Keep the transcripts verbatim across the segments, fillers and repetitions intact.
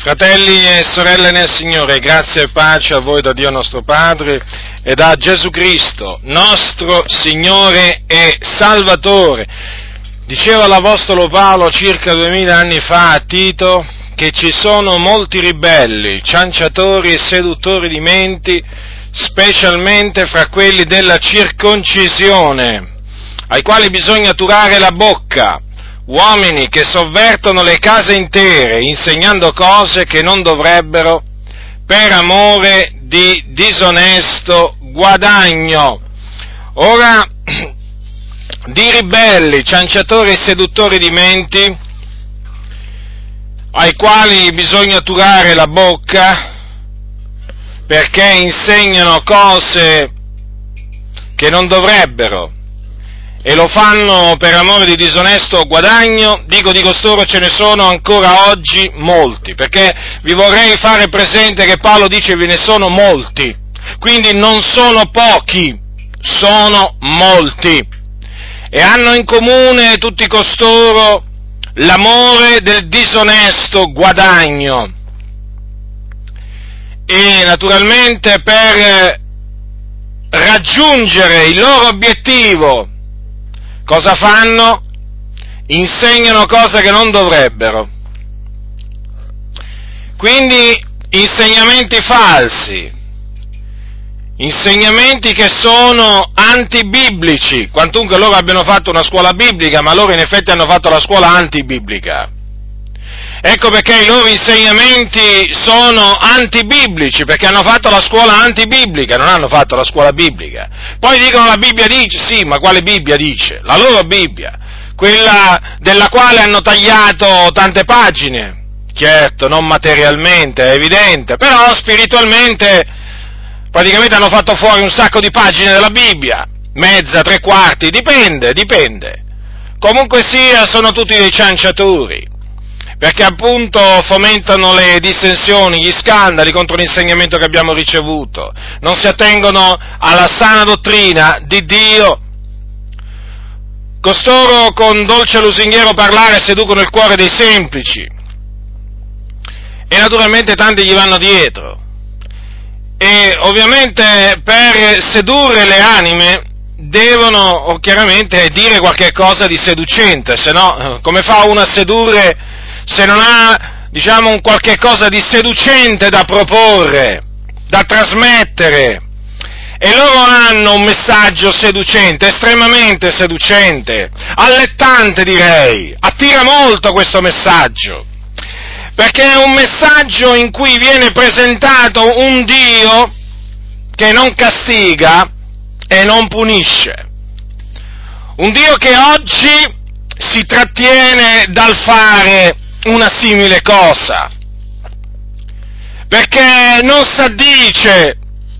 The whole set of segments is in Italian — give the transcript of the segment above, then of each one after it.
Fratelli e sorelle nel Signore, grazia e pace a voi da Dio nostro Padre e da Gesù Cristo, nostro Signore e Salvatore. Diceva l'Apostolo Paolo circa duemila anni fa a Tito che ci sono molti ribelli, cianciatori e seduttori di menti, specialmente fra quelli della circoncisione, ai quali bisogna turare la bocca. Uomini che sovvertono le case intere, insegnando cose che non dovrebbero, per amore di disonesto guadagno. Ora, di ribelli, cianciatori e seduttori di menti, ai quali bisogna turare la bocca, perché insegnano cose che non dovrebbero, e lo fanno per amore di disonesto guadagno, dico di costoro ce ne sono ancora oggi molti, perché vi vorrei fare presente che Paolo dice ve ne sono molti, quindi non sono pochi, sono molti, e hanno in comune tutti costoro l'amore del disonesto guadagno, e naturalmente per raggiungere il loro obiettivo cosa fanno? Insegnano cose che non dovrebbero. Quindi insegnamenti falsi, insegnamenti che sono antibiblici, quantunque loro abbiano fatto una scuola biblica, ma loro in effetti hanno fatto la scuola antibiblica. Ecco perché i loro insegnamenti sono antibiblici, perché hanno fatto la scuola antibiblica, non hanno fatto la scuola biblica. Poi dicono la Bibbia dice, sì, ma quale Bibbia dice? La loro Bibbia, quella della quale hanno tagliato tante pagine, certo, non materialmente, è evidente, però spiritualmente praticamente hanno fatto fuori un sacco di pagine della Bibbia, mezza, tre quarti, dipende, dipende. Comunque sia, sono tutti dei cianciatori, perché appunto fomentano le dissensioni, gli scandali contro l'insegnamento che abbiamo ricevuto, non si attengono alla sana dottrina di Dio. Costoro con dolce lusinghiero parlare seducono il cuore dei semplici, e naturalmente tanti gli vanno dietro, e ovviamente per sedurre le anime devono chiaramente dire qualche cosa di seducente, se no come fa uno a sedurre se non ha, diciamo, un qualche cosa di seducente da proporre, da trasmettere? E loro hanno un messaggio seducente, estremamente seducente, allettante direi, attira molto questo messaggio, perché è un messaggio in cui viene presentato un Dio che non castiga e non punisce, un Dio che oggi si trattiene dal fare una simile cosa, perché non s'addice,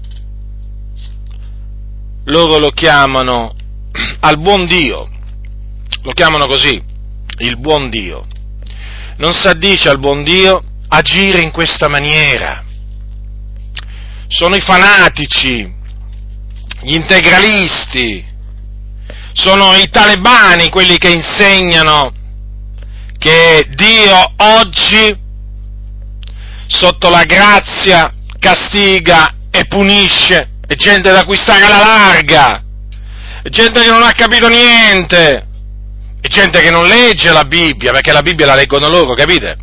loro lo chiamano al buon Dio, lo chiamano così, il buon Dio, non s'addice al buon Dio agire in questa maniera. Sono i fanatici, gli integralisti, sono i talebani quelli che insegnano che Dio oggi, sotto la grazia, castiga e punisce, è gente da cui stare alla larga, è gente che non ha capito niente, è gente che non legge la Bibbia, perché la Bibbia la leggono loro, capite?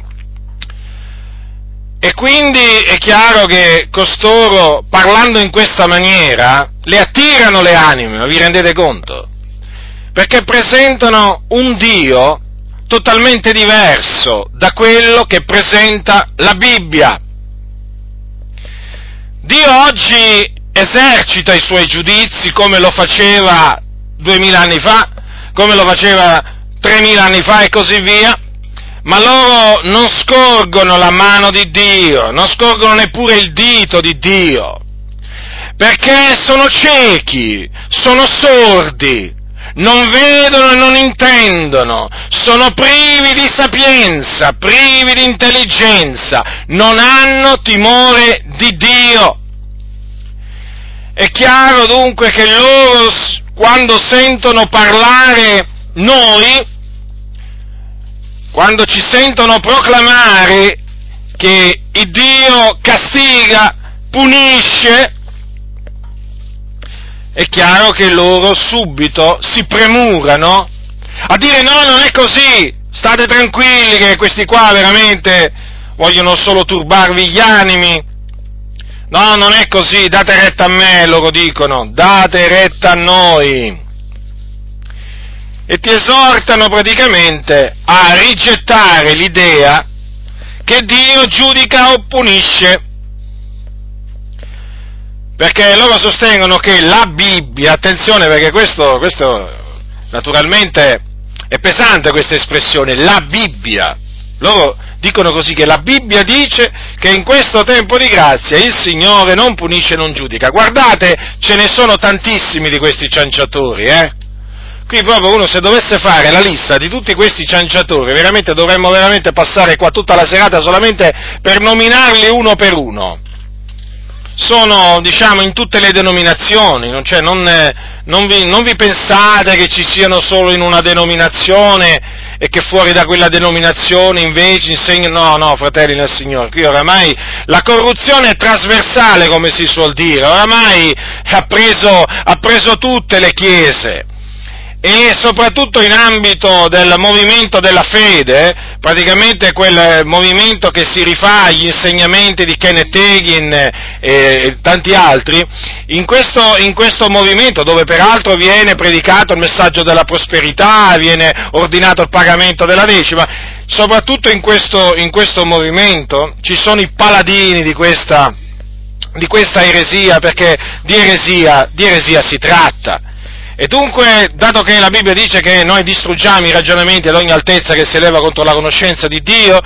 E quindi è chiaro che costoro, parlando in questa maniera, le attirano le anime, ma vi rendete conto? Perché presentano un Dio totalmente diverso da quello che presenta la Bibbia. Dio oggi esercita i suoi giudizi come lo faceva duemila anni fa, come lo faceva tremila anni fa e così via, ma loro non scorgono la mano di Dio, non scorgono neppure il dito di Dio, perché sono ciechi, sono sordi, non vedono e non intendono, sono privi di sapienza, privi di intelligenza, non hanno timore di Dio. È chiaro dunque che loro, quando sentono parlare noi, quando ci sentono proclamare che il Dio castiga, punisce, è chiaro che loro subito si premurano a dire no, non è così, state tranquilli che questi qua veramente vogliono solo turbarvi gli animi. No, non è così, date retta a me, loro dicono, date retta a noi. E ti esortano praticamente a rigettare l'idea che Dio giudica o punisce. Perché loro sostengono che la Bibbia, attenzione perché questo, questo naturalmente è pesante questa espressione, la Bibbia. Loro dicono così, che la Bibbia dice che in questo tempo di grazia il Signore non punisce, non giudica. Guardate, ce ne sono tantissimi di questi cianciatori, eh? Qui proprio uno se dovesse fare la lista di tutti questi cianciatori, veramente dovremmo veramente passare qua tutta la serata solamente per nominarli uno per uno. Sono, diciamo, in tutte le denominazioni, non, cioè, non, non, vi, non vi pensate che ci siano solo in una denominazione e che fuori da quella denominazione invece insegnano, no, no, fratelli nel Signore, qui oramai la corruzione è trasversale, come si suol dire, oramai ha preso, ha preso tutte le chiese. E soprattutto in ambito del movimento della fede, praticamente quel movimento che si rifà agli insegnamenti di Kenneth Hagin e tanti altri, in questo, in questo movimento, dove peraltro viene predicato il messaggio della prosperità, viene ordinato il pagamento della decima, soprattutto in questo, in questo movimento ci sono i paladini di questa, di questa eresia, perché di eresia, di eresia si tratta. E dunque, dato che la Bibbia dice che noi distruggiamo i ragionamenti ad ogni altezza che si eleva contro la conoscenza di Dio,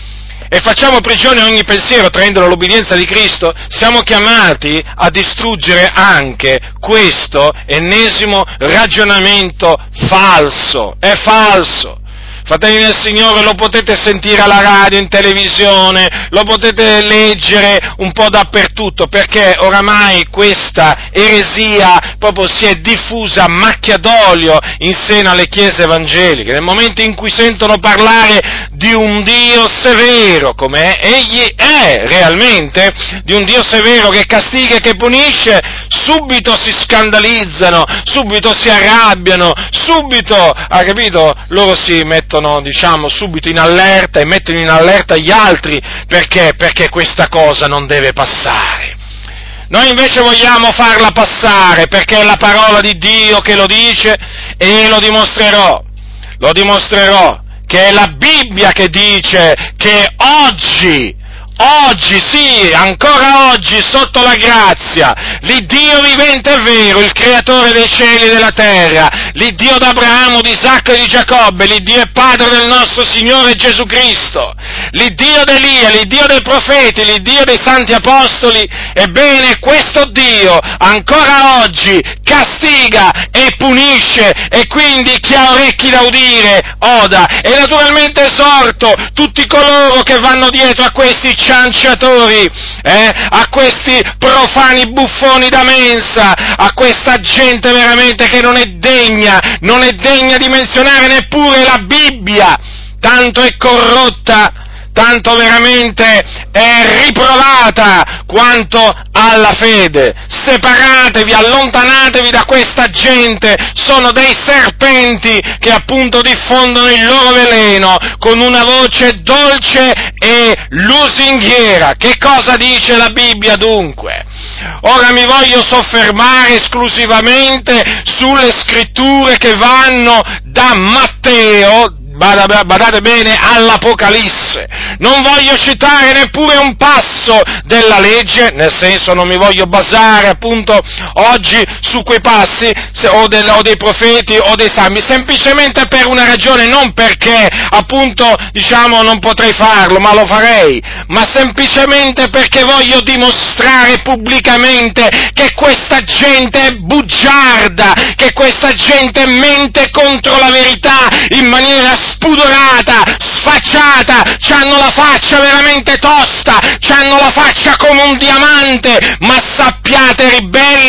e facciamo prigione a ogni pensiero traendolo all'obbedienza di Cristo, siamo chiamati a distruggere anche questo ennesimo ragionamento falso. È falso. Fratelli del Signore, lo potete sentire alla radio, in televisione, lo potete leggere un po' dappertutto, perché oramai questa eresia proprio si è diffusa a macchia d'olio in seno alle chiese evangeliche. Nel momento in cui sentono parlare di un Dio severo, come egli è realmente, di un Dio severo che castiga e che punisce, subito si scandalizzano, subito si arrabbiano, subito, ha capito, loro si mettono diciamo subito in allerta e mettono in allerta gli altri, perché? Perché questa cosa non deve passare. Noi invece vogliamo farla passare, perché è la parola di Dio che lo dice, e lo dimostrerò, lo dimostrerò, che è la Bibbia che dice che oggi, Oggi, sì, ancora oggi, sotto la grazia, l'Iddio vivente è vero, il creatore dei cieli e della terra, l'Iddio d'Abramo, di Isacco e di Giacobbe, l'Iddio e Padre del nostro Signore Gesù Cristo, l'Iddio d'Elia, l'Iddio dei profeti, l'Iddio dei santi apostoli, ebbene questo Dio ancora oggi castiga e punisce, e quindi chi ha orecchi da udire oda, e naturalmente esorto tutti coloro che vanno dietro a questi cianciatori, eh, a questi profani buffoni da mensa, a questa gente veramente che non è degna, non è degna di menzionare neppure la Bibbia, tanto è corrotta, tanto veramente è riprovata quanto alla fede. Separatevi, allontanatevi da questa gente, sono dei serpenti che appunto diffondono il loro veleno con una voce dolce e lusinghiera. Che cosa dice la Bibbia dunque? Ora mi voglio soffermare esclusivamente sulle scritture che vanno da Matteo, badate bene, all'Apocalisse. Non voglio citare neppure un passo della legge, nel senso non mi voglio basare appunto oggi su quei passi o, del, o dei profeti o dei salmi, semplicemente per una ragione, non perché appunto diciamo non potrei farlo, ma lo farei, ma semplicemente perché voglio dimostrare pubblicamente che questa gente è bugiarda, che questa gente mente contro la verità in maniera spudorata, sfacciata, c'hanno la faccia veramente tosta, c'hanno la faccia come un diamante, ma sappiate ribelli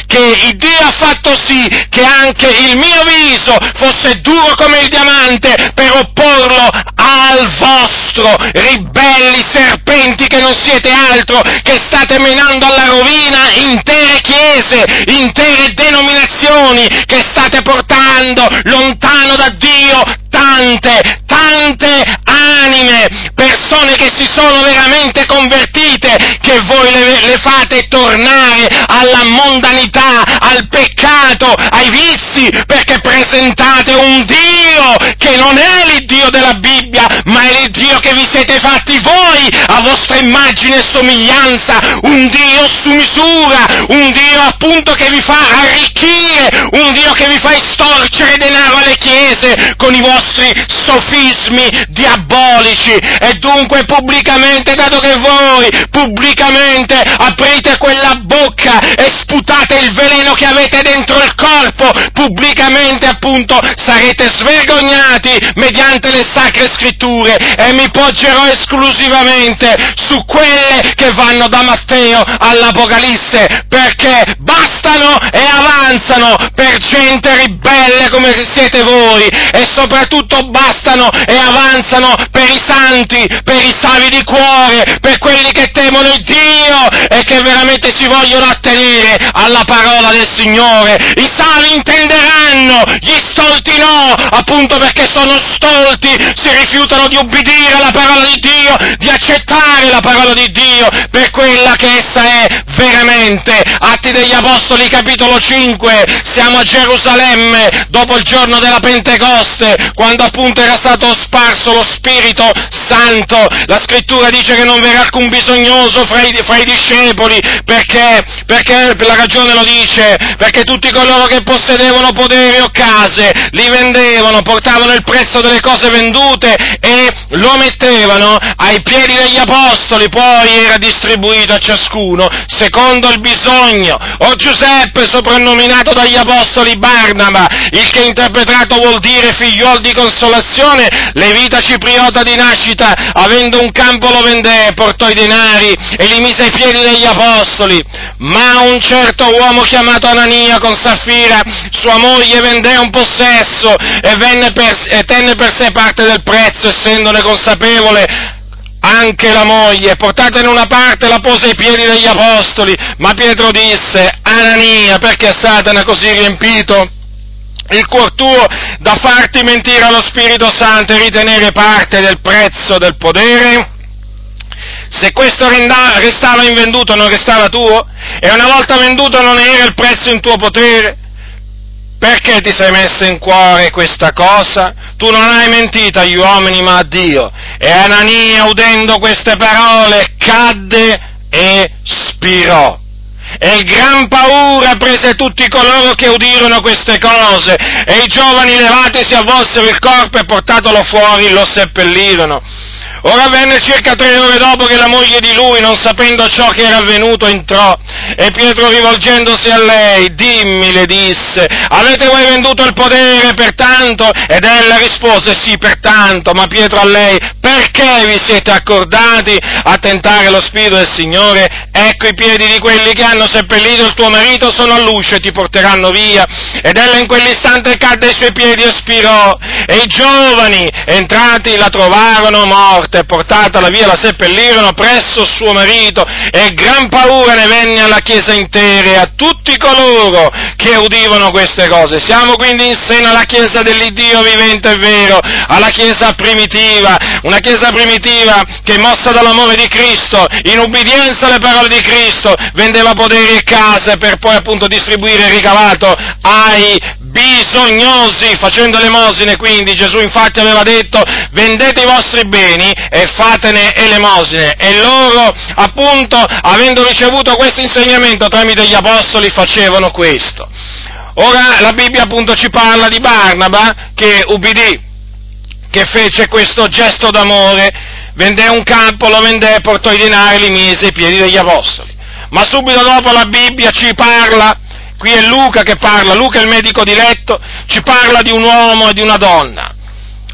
che Dio ha fatto sì che anche il mio viso fosse duro come il diamante per opporlo al vostro, ribelli serpenti che non siete altro, che state menando alla rovina intere chiese, intere denominazioni, che state portando lontano da Dio tante, tante anime, persone che si sono veramente convertite, che voi le, le fate tornare alla mondanità, al peccato, ai vizi, perché presentate un Dio che non è l'Iddio della Bibbia, ma è l'Iddio che vi siete fatti voi a vostra immagine e somiglianza, un Dio su misura, un Dio appunto che vi fa arricchire, un Dio che vi fa estorcere denaro alle chiese con i vostri sofismi diabolici. E dunque pubblicamente, dato che voi pubblicamente aprite quella bocca e sputate il veleno che avete dentro il corpo, pubblicamente appunto sarete svergognati mediante le sacre scritture, e mi poggerò esclusivamente su quelle che vanno da Matteo all'Apocalisse, perché bastano e avanzano per gente ribelle come siete voi, e soprattutto bastano e avanzano per i santi, per i savi di cuore, per quelli che temono il Dio e che veramente si vogliono attenere alla parola del Signore. I savi intenderanno, gli stolti no, appunto perché sono stolti, si rifiutano di ubbidire alla parola di Dio, di accettare la parola di Dio per quella che essa è veramente. Atti degli Apostoli capitolo cinque, siamo a Gerusalemme dopo il giorno della Pentecoste, quando appunto era stato sparso lo Spirito Santo. La Scrittura dice che non verrà alcun bisognoso fra i, fra i discepoli, perché, perché la ragione lo dice, perché tutti coloro che possedevano poderi o case li vendevano, portavano il prezzo delle cose vendute e lo mettevano ai piedi degli apostoli, poi era distribuito a ciascuno secondo il bisogno. O Giuseppe, soprannominato dagli apostoli Barnaba, il che interpretato vuol dire figliuol di consolazione, levita cipriota di nascita, avendo un campo lo vendè, portò i denari e li mise ai piedi degli apostoli. Ma un certo uomo chiamato Anania con Saffira, sua moglie, vendè un possesso e, venne per, e tenne per sé parte del prezzo, essendone consapevole anche la moglie. Portatene una parte, la pose ai piedi degli apostoli. Ma Pietro disse: Anania, perché Satana ha così riempito il cuor tuo da farti mentire allo Spirito Santo e ritenere parte del prezzo del podere? Se questo restava invenduto non restava tuo? E una volta venduto non era il prezzo in tuo potere? Perché ti sei messo in cuore questa cosa? Tu non hai mentito agli uomini ma a Dio. E Anania, udendo queste parole, cadde e spirò. E gran paura prese tutti coloro che udirono queste cose, e i giovani levatisi avvolsero il corpo e portatolo fuori lo seppellirono. Ora venne circa tre ore dopo che la moglie di lui, non sapendo ciò che era avvenuto, entrò, e Pietro, rivolgendosi a lei, dimmi, le disse, avete voi venduto il podere per tanto? Ed ella rispose, sì, per tanto. Ma Pietro a lei, perché vi siete accordati a tentare lo Spirito del Signore? Ecco, i piedi di quelli che hanno seppellito il tuo marito sono all'uscio e ti porteranno via. Ed ella in quell'istante cadde ai suoi piedi e spirò, e i giovani, entrati, la trovarono morta, e portatala via la seppellirono presso suo marito, e gran paura ne venne alla chiesa intera e a tutti coloro che udivano queste cose. Siamo quindi in seno alla chiesa dell'Iddio vivente e vero, alla chiesa primitiva, una chiesa primitiva che, mossa dall'amore di Cristo, in ubbidienza alle parole di Cristo, vendeva poderi e case per poi appunto distribuire il ricavato ai bisognosi, facendo elemosine. Quindi Gesù infatti aveva detto: vendete i vostri beni e fatene elemosine, e loro appunto, avendo ricevuto questo insegnamento tramite gli apostoli, facevano questo. Ora la Bibbia appunto ci parla di Barnaba che ubbidì, che fece questo gesto d'amore, vendè un campo, lo vendè, portò i denari e li mise ai piedi degli apostoli. Ma subito dopo la Bibbia ci parla, qui è Luca che parla, Luca è il medico diletto, ci parla di un uomo e di una donna.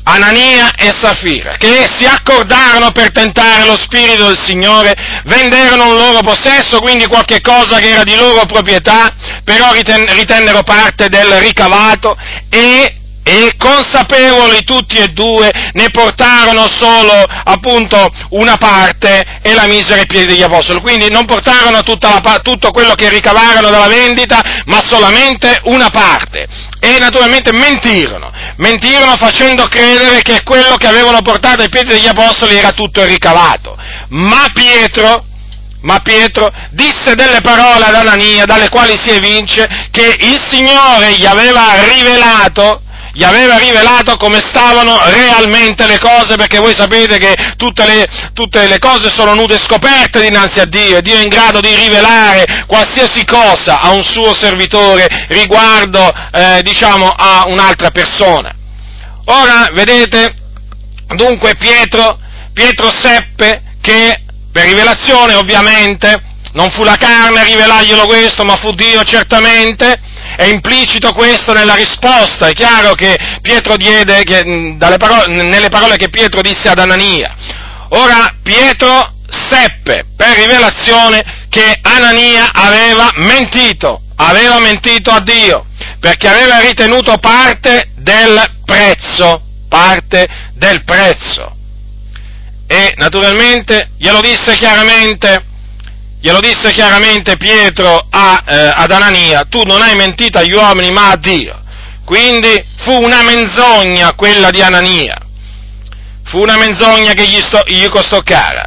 Anania e Safira, che si accordarono per tentare lo Spirito del Signore, venderono un loro possesso, quindi qualche cosa che era di loro proprietà, però riten- ritennero parte del ricavato e E consapevoli tutti e due, ne portarono solo appunto una parte e la misero ai piedi degli apostoli. Quindi non portarono tutta la, tutto quello che ricavarono dalla vendita, ma solamente una parte. E naturalmente mentirono, mentirono facendo credere che quello che avevano portato ai piedi degli apostoli era tutto il ricavato. Ma Pietro, Ma Pietro disse delle parole ad Anania, dalle quali si evince che il Signore gli aveva rivelato gli aveva rivelato come stavano realmente le cose, perché voi sapete che tutte le, tutte le cose sono nude e scoperte dinanzi a Dio, e Dio è in grado di rivelare qualsiasi cosa a un suo servitore riguardo, eh, diciamo, a un'altra persona. Ora, vedete, dunque Pietro, Pietro seppe che, per rivelazione ovviamente, non fu la carne a rivelarglielo questo, ma fu Dio certamente. È implicito questo nella risposta, è chiaro che Pietro diede, che, dalle parole, nelle parole che Pietro disse ad Anania. Ora, Pietro seppe per rivelazione che Anania aveva mentito, aveva mentito a Dio, perché aveva ritenuto parte del prezzo, parte del prezzo. E naturalmente glielo disse chiaramente, Glielo disse chiaramente Pietro a, eh, ad Anania: tu non hai mentito agli uomini ma a Dio. Quindi fu una menzogna quella di Anania, fu una menzogna che gli, sto, gli costò cara,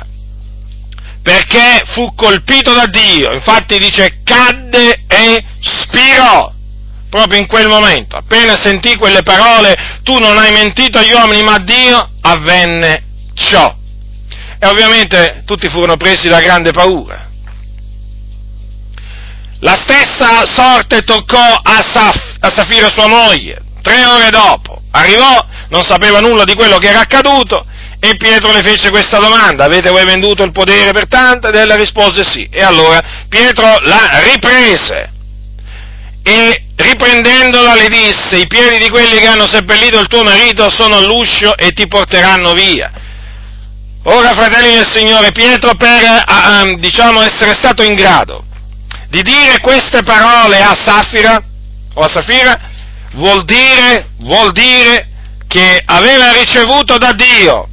perché fu colpito da Dio, infatti dice cadde e spirò, proprio in quel momento, appena sentì quelle parole, tu non hai mentito agli uomini ma a Dio, avvenne ciò. E ovviamente tutti furono presi da grande paura. La stessa sorte toccò a, Saf, a Safira sua moglie. Tre ore dopo arrivò, non sapeva nulla di quello che era accaduto, e Pietro le fece questa domanda: avete voi venduto il podere per tanto? Ed ella rispose sì. E allora Pietro la riprese e, riprendendola, le disse: i piedi di quelli che hanno seppellito il tuo marito sono all'uscio e ti porteranno via. Ora, fratelli del Signore, Pietro, per uh, diciamo essere stato in grado di dire queste parole a Safira, o a Safira, vuol dire, vuol dire che aveva ricevuto da Dio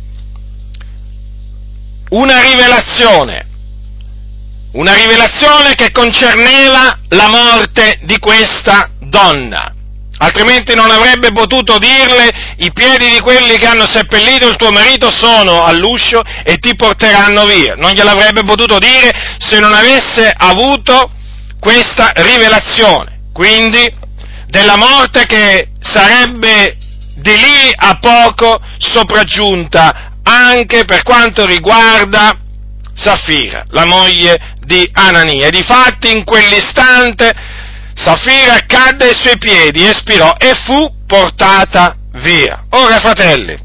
una rivelazione, una rivelazione che concerneva la morte di questa donna. Altrimenti non avrebbe potuto dirle: i piedi di quelli che hanno seppellito il tuo marito sono all'uscio e ti porteranno via. Non gliel'avrebbe potuto dire se non avesse avuto questa rivelazione, quindi della morte che sarebbe di lì a poco sopraggiunta anche per quanto riguarda Safira, la moglie di Anania. E difatti in quell'istante Safira cadde ai suoi piedi, espirò e fu portata via. Ora, fratelli,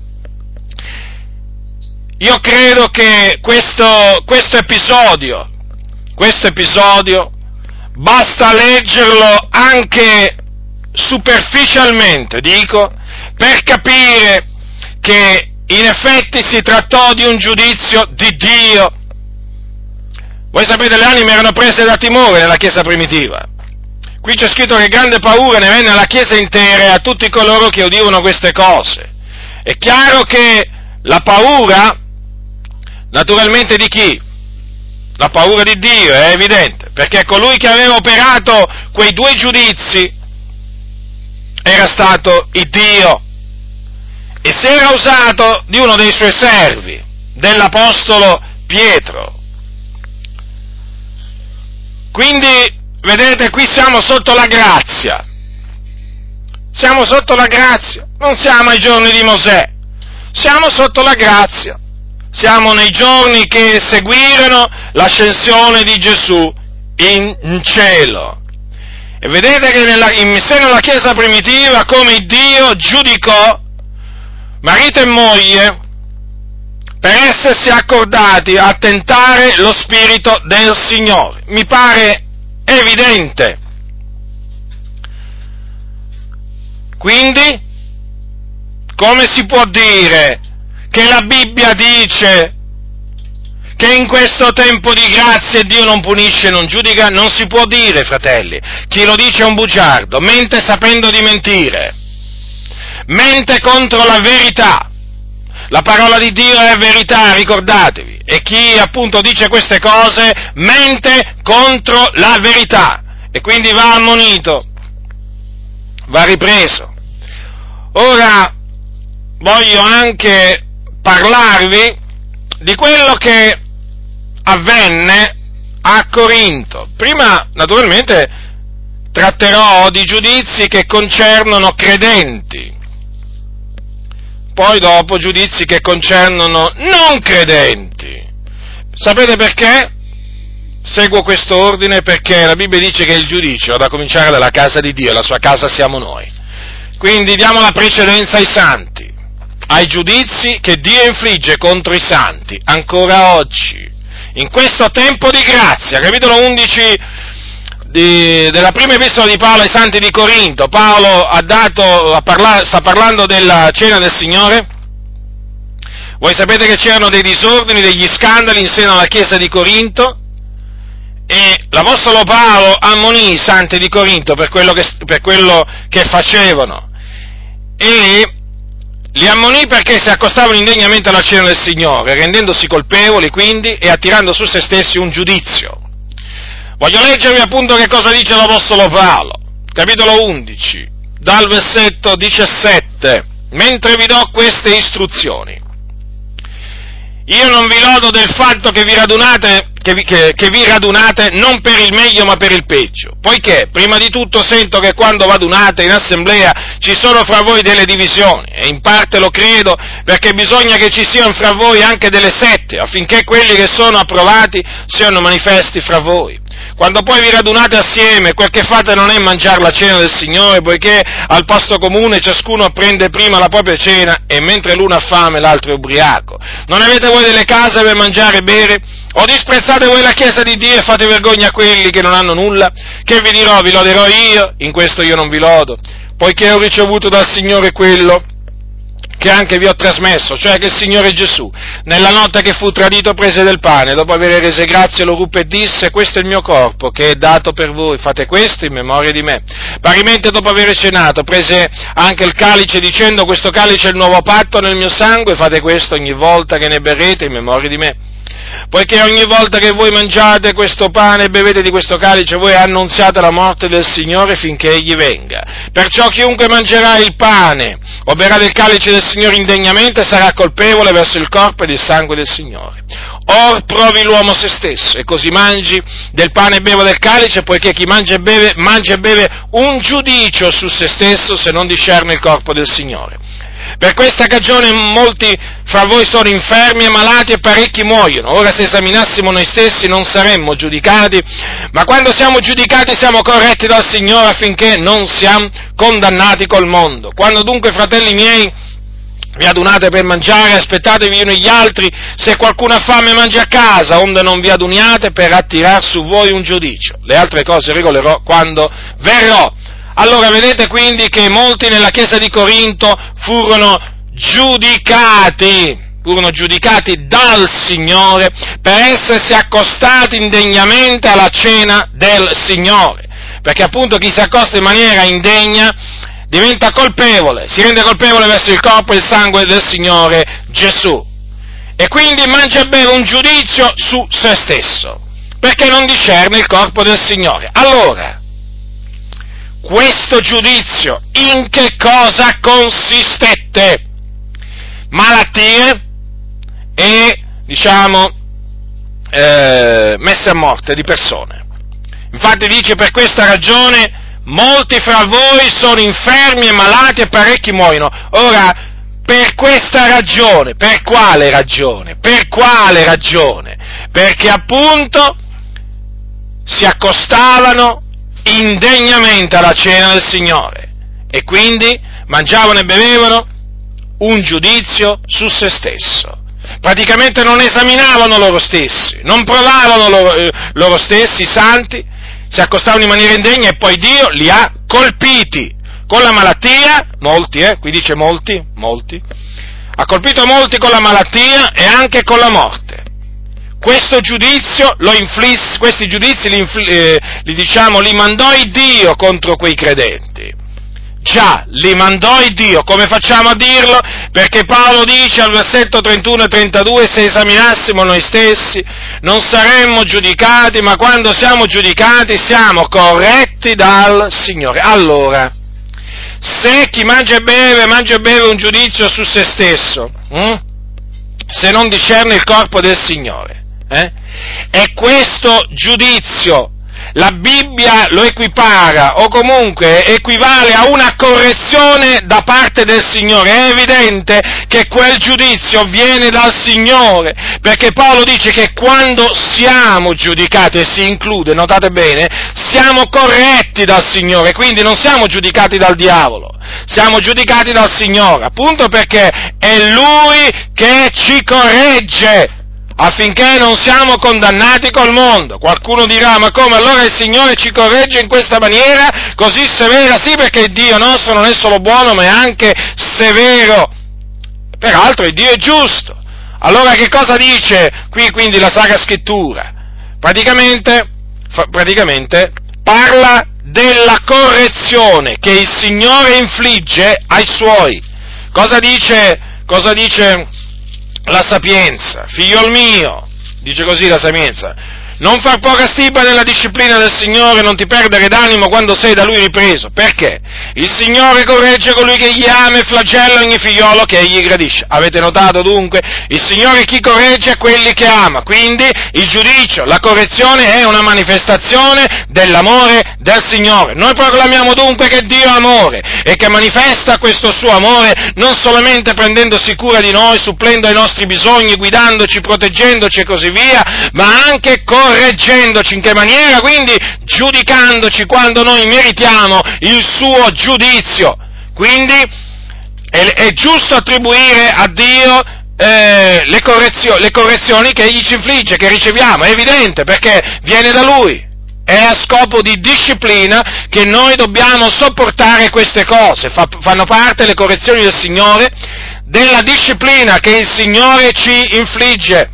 io credo che questo, questo episodio, questo episodio basta leggerlo anche superficialmente, dico, per capire che in effetti si trattò di un giudizio di Dio. Voi sapete, le anime erano prese da timore nella Chiesa primitiva. Qui c'è scritto che grande paura ne venne alla Chiesa intera e a tutti coloro che udivano queste cose. È chiaro che la paura, naturalmente, di chi? La paura di Dio, è evidente, perché colui che aveva operato quei due giudizi era stato il Dio, e si era usato di uno dei suoi servi, dell'Apostolo Pietro. Quindi, vedete, qui siamo sotto la grazia, siamo sotto la grazia, non siamo ai giorni di Mosè, siamo sotto la grazia. Siamo nei giorni che seguirono l'ascensione di Gesù in cielo. E vedete che nella, in seno alla Chiesa primitiva, come Dio giudicò marito e moglie per essersi accordati a tentare lo Spirito del Signore. Mi pare evidente. Quindi, come si può dire che la Bibbia dice che in questo tempo di grazia Dio non punisce e non giudica? Non si può dire, fratelli. Chi lo dice è un bugiardo, mente sapendo di mentire, mente contro la verità. La parola di Dio è verità, ricordatevi, e chi appunto dice queste cose mente contro la verità, e quindi va ammonito, va ripreso. Ora voglio anche parlarvi di quello che avvenne a Corinto. Prima, naturalmente, tratterò di giudizi che concernono credenti, poi dopo giudizi che concernono non credenti. Sapete perché? Seguo questo ordine perché la Bibbia dice che il giudizio ha da cominciare dalla casa di Dio, e la sua casa siamo noi. Quindi diamo la precedenza ai santi, ai giudizi che Dio infligge contro i santi, ancora oggi, in questo tempo di grazia. Capitolo undici di, della prima epistola di Paolo ai santi di Corinto. Paolo ha dato, ha parla, sta parlando della cena del Signore. Voi sapete che c'erano dei disordini, degli scandali in seno alla chiesa di Corinto, e l'apostolo Paolo ammonì i santi di Corinto per quello che, per quello che facevano, e li ammonì perché si accostavano indegnamente alla cena del Signore, rendendosi colpevoli quindi e attirando su se stessi un giudizio. Voglio leggervi appunto che cosa dice l'apostolo Paolo, capitolo undici, dal versetto diciassette, mentre vi do queste istruzioni. Io non vi lodo del fatto che vi radunate, che vi, che, che vi radunate non per il meglio ma per il peggio, poiché prima di tutto sento che quando vadunate in assemblea ci sono fra voi delle divisioni, e in parte lo credo perché bisogna che ci siano fra voi anche delle sette, affinché quelli che sono approvati siano manifesti fra voi. Quando poi vi radunate assieme, quel che fate non è mangiare la cena del Signore, poiché al posto comune ciascuno prende prima la propria cena, e mentre l'uno ha fame l'altro è ubriaco. Non avete voi delle case per mangiare e bere? O disprezzate voi la Chiesa di Dio e fate vergogna a quelli che non hanno nulla? Che vi dirò? Vi loderò io? In questo io non vi lodo, poiché ho ricevuto dal Signore quello che anche vi ho trasmesso, cioè che il Signore Gesù, nella notte che fu tradito, prese del pane, dopo aver rese grazie lo ruppe e disse: questo è il mio corpo che è dato per voi, fate questo in memoria di me. Parimente dopo aver cenato prese anche il calice dicendo: questo calice è il nuovo patto nel mio sangue, fate questo ogni volta che ne berrete in memoria di me. Poiché ogni volta che voi mangiate questo pane e bevete di questo calice, voi annunziate la morte del Signore finché Egli venga. Perciò chiunque mangerà il pane o berrà del calice del Signore indegnamente sarà colpevole verso il corpo ed il sangue del Signore. Or provi l'uomo se stesso, e così mangi del pane e beva del calice, poiché chi mangia e beve, mangia e beve un giudicio su se stesso se non discerne il corpo del Signore. Per questa cagione molti fra voi sono infermi e malati e parecchi muoiono. Ora se esaminassimo noi stessi non saremmo giudicati, ma quando siamo giudicati siamo corretti dal Signore affinché non siamo condannati col mondo. Quando dunque, fratelli miei, vi adunate per mangiare, aspettatevi gli uni gli altri, se qualcuno ha fame mangi a casa, onde non vi aduniate per attirar su voi un giudicio. Le altre cose regolerò quando verrò. Allora vedete quindi che molti nella chiesa di Corinto furono giudicati, furono giudicati dal Signore per essersi accostati indegnamente alla cena del Signore, perché appunto chi si accosta in maniera indegna diventa colpevole, si rende colpevole verso il corpo e il sangue del Signore Gesù, e quindi mangia e beve un giudizio su se stesso, perché non discerne il corpo del Signore. Allora, questo giudizio in che cosa consistette? Malattie e, diciamo, eh, messe a morte di persone. Infatti dice: per questa ragione molti fra voi sono infermi e malati e parecchi muoiono. Ora, per questa ragione, per quale ragione? Per quale ragione? Perché appunto si accostavano indegnamente alla cena del Signore, e quindi mangiavano e bevevano un giudizio su se stesso. Praticamente non esaminavano loro stessi, non provavano loro, eh, loro stessi, i santi, si accostavano in maniera indegna e poi Dio li ha colpiti con la malattia, molti, eh, qui dice molti, molti, ha colpito molti con la malattia e anche con la morte. Questo giudizio lo infliss, questi giudizi li, infl, eh, li, diciamo, li mandò il Dio contro quei credenti. Già, li mandò il Dio, come facciamo a dirlo? Perché Paolo dice al versetto trentuno e trentadue, se esaminassimo noi stessi non saremmo giudicati, ma quando siamo giudicati siamo corretti dal Signore. Allora, se chi mangia e beve, mangia e beve un giudizio su se stesso, hm? se non discerne il corpo del Signore, eh? e questo giudizio la Bibbia lo equipara o comunque equivale a una correzione da parte del Signore, è evidente che quel giudizio viene dal Signore, perché Paolo dice che quando siamo giudicati, e si include, notate bene, siamo corretti dal Signore, quindi non siamo giudicati dal diavolo, siamo giudicati dal Signore, appunto perché è Lui che ci corregge, affinché non siamo condannati col mondo. Qualcuno dirà, ma come, allora il Signore ci corregge in questa maniera così severa? Sì, perché il Dio nostro non è solo buono, ma è anche severo. Peraltro il Dio è giusto. Allora che cosa dice qui quindi la Sacra Scrittura? Praticamente, praticamente parla della correzione che il Signore infligge ai Suoi. Cosa dice, cosa dice la Sapienza? Figliol mio, dice così la Sapienza, non far poca stima nella disciplina del Signore, non ti perdere d'animo quando sei da Lui ripreso. Perché? Il Signore corregge colui che gli ama e flagella ogni figliolo che egli gradisce. Avete notato dunque? Il Signore chi corregge quelli che ama, quindi il giudizio, la correzione è una manifestazione dell'amore del Signore. Noi proclamiamo dunque che Dio è amore e che manifesta questo suo amore non solamente prendendosi cura di noi, supplendo ai nostri bisogni, guidandoci, proteggendoci e così via, ma anche correggendoci. In che maniera? Quindi giudicandoci quando noi meritiamo il suo giudizio. Quindi è, è giusto attribuire a Dio eh, le, correzio, le correzioni che Egli ci infligge, che riceviamo, è evidente, perché viene da Lui. È a scopo di disciplina che noi dobbiamo sopportare queste cose, Fa, fanno parte le correzioni del Signore, della disciplina che il Signore ci infligge,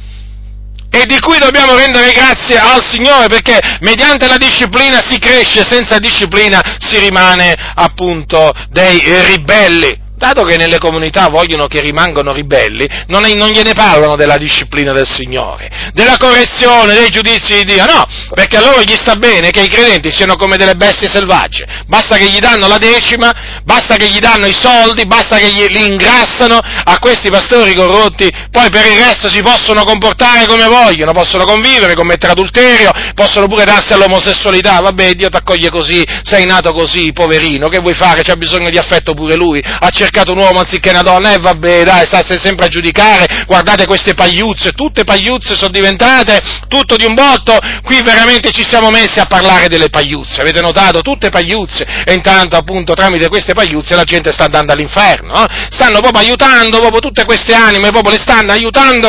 e di cui dobbiamo rendere grazie al Signore, perché mediante la disciplina si cresce, senza disciplina si rimane appunto dei ribelli. Dato che nelle comunità vogliono che rimangano ribelli, non, è, non gliene parlano della disciplina del Signore, della correzione, dei giudizi di Dio, no, perché a loro gli sta bene che i credenti siano come delle bestie selvagge, basta che gli danno la decima, basta che gli danno i soldi, basta che gli, li ingrassano a questi pastori corrotti, poi per il resto si possono comportare come vogliono, possono convivere, commettere adulterio, possono pure darsi all'omosessualità. Vabbè, Dio t'accoglie così, sei nato così, poverino, che vuoi fare? C'ha bisogno di affetto pure lui, ha cercato un uomo anziché una donna, e eh, vabbè, dai, state sempre a giudicare, guardate queste pagliuzze, tutte pagliuzze sono diventate, tutto di un botto. Qui veramente ci siamo messi a parlare delle pagliuzze, avete notato? Tutte pagliuzze, e intanto appunto tramite queste pagliuzze la gente sta andando all'inferno, eh? Stanno proprio aiutando, proprio tutte queste anime, proprio le stanno aiutando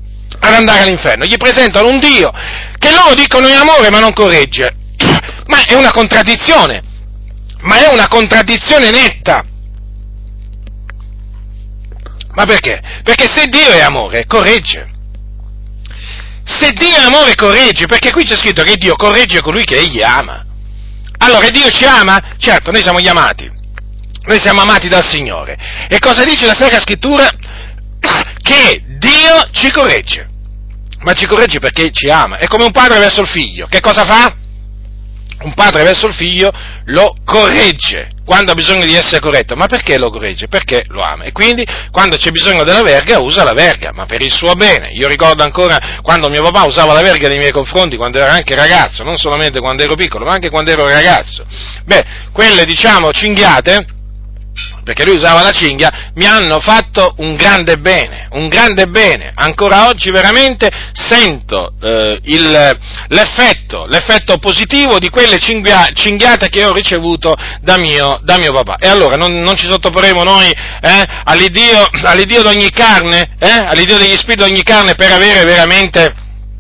ad andare all'inferno, gli presentano un Dio che loro dicono è amore ma non corregge, ma è una contraddizione, ma è una contraddizione netta. Ma perché? Perché se Dio è amore, corregge. Se Dio è amore, corregge, perché qui c'è scritto che Dio corregge colui che Egli ama. Allora, Dio ci ama? Certo, noi siamo chiamati, noi siamo amati dal Signore. E cosa dice la Sacra Scrittura? Che Dio ci corregge. Ma ci corregge perché ci ama. È come un padre verso il figlio. Che cosa fa? Un padre verso il figlio lo corregge quando ha bisogno di essere corretto. Ma perché lo corregge? Perché lo ama. E quindi quando c'è bisogno della verga usa la verga, ma per il suo bene. Io ricordo ancora quando mio papà usava la verga nei miei confronti, quando ero anche ragazzo, non solamente quando ero piccolo, ma anche quando ero ragazzo. Beh, quelle diciamo cinghiate, perché lui usava la cinghia, mi hanno fatto un grande bene, un grande bene. Ancora oggi veramente sento eh, il, l'effetto, l'effetto positivo di quelle cinghia, cinghiate che ho ricevuto da mio, da mio papà. E allora non, non ci sottoporremo noi eh, all'Iddio, all'Iddio d'ogni carne, eh, all'Iddio degli spiriti d'ogni carne, per avere veramente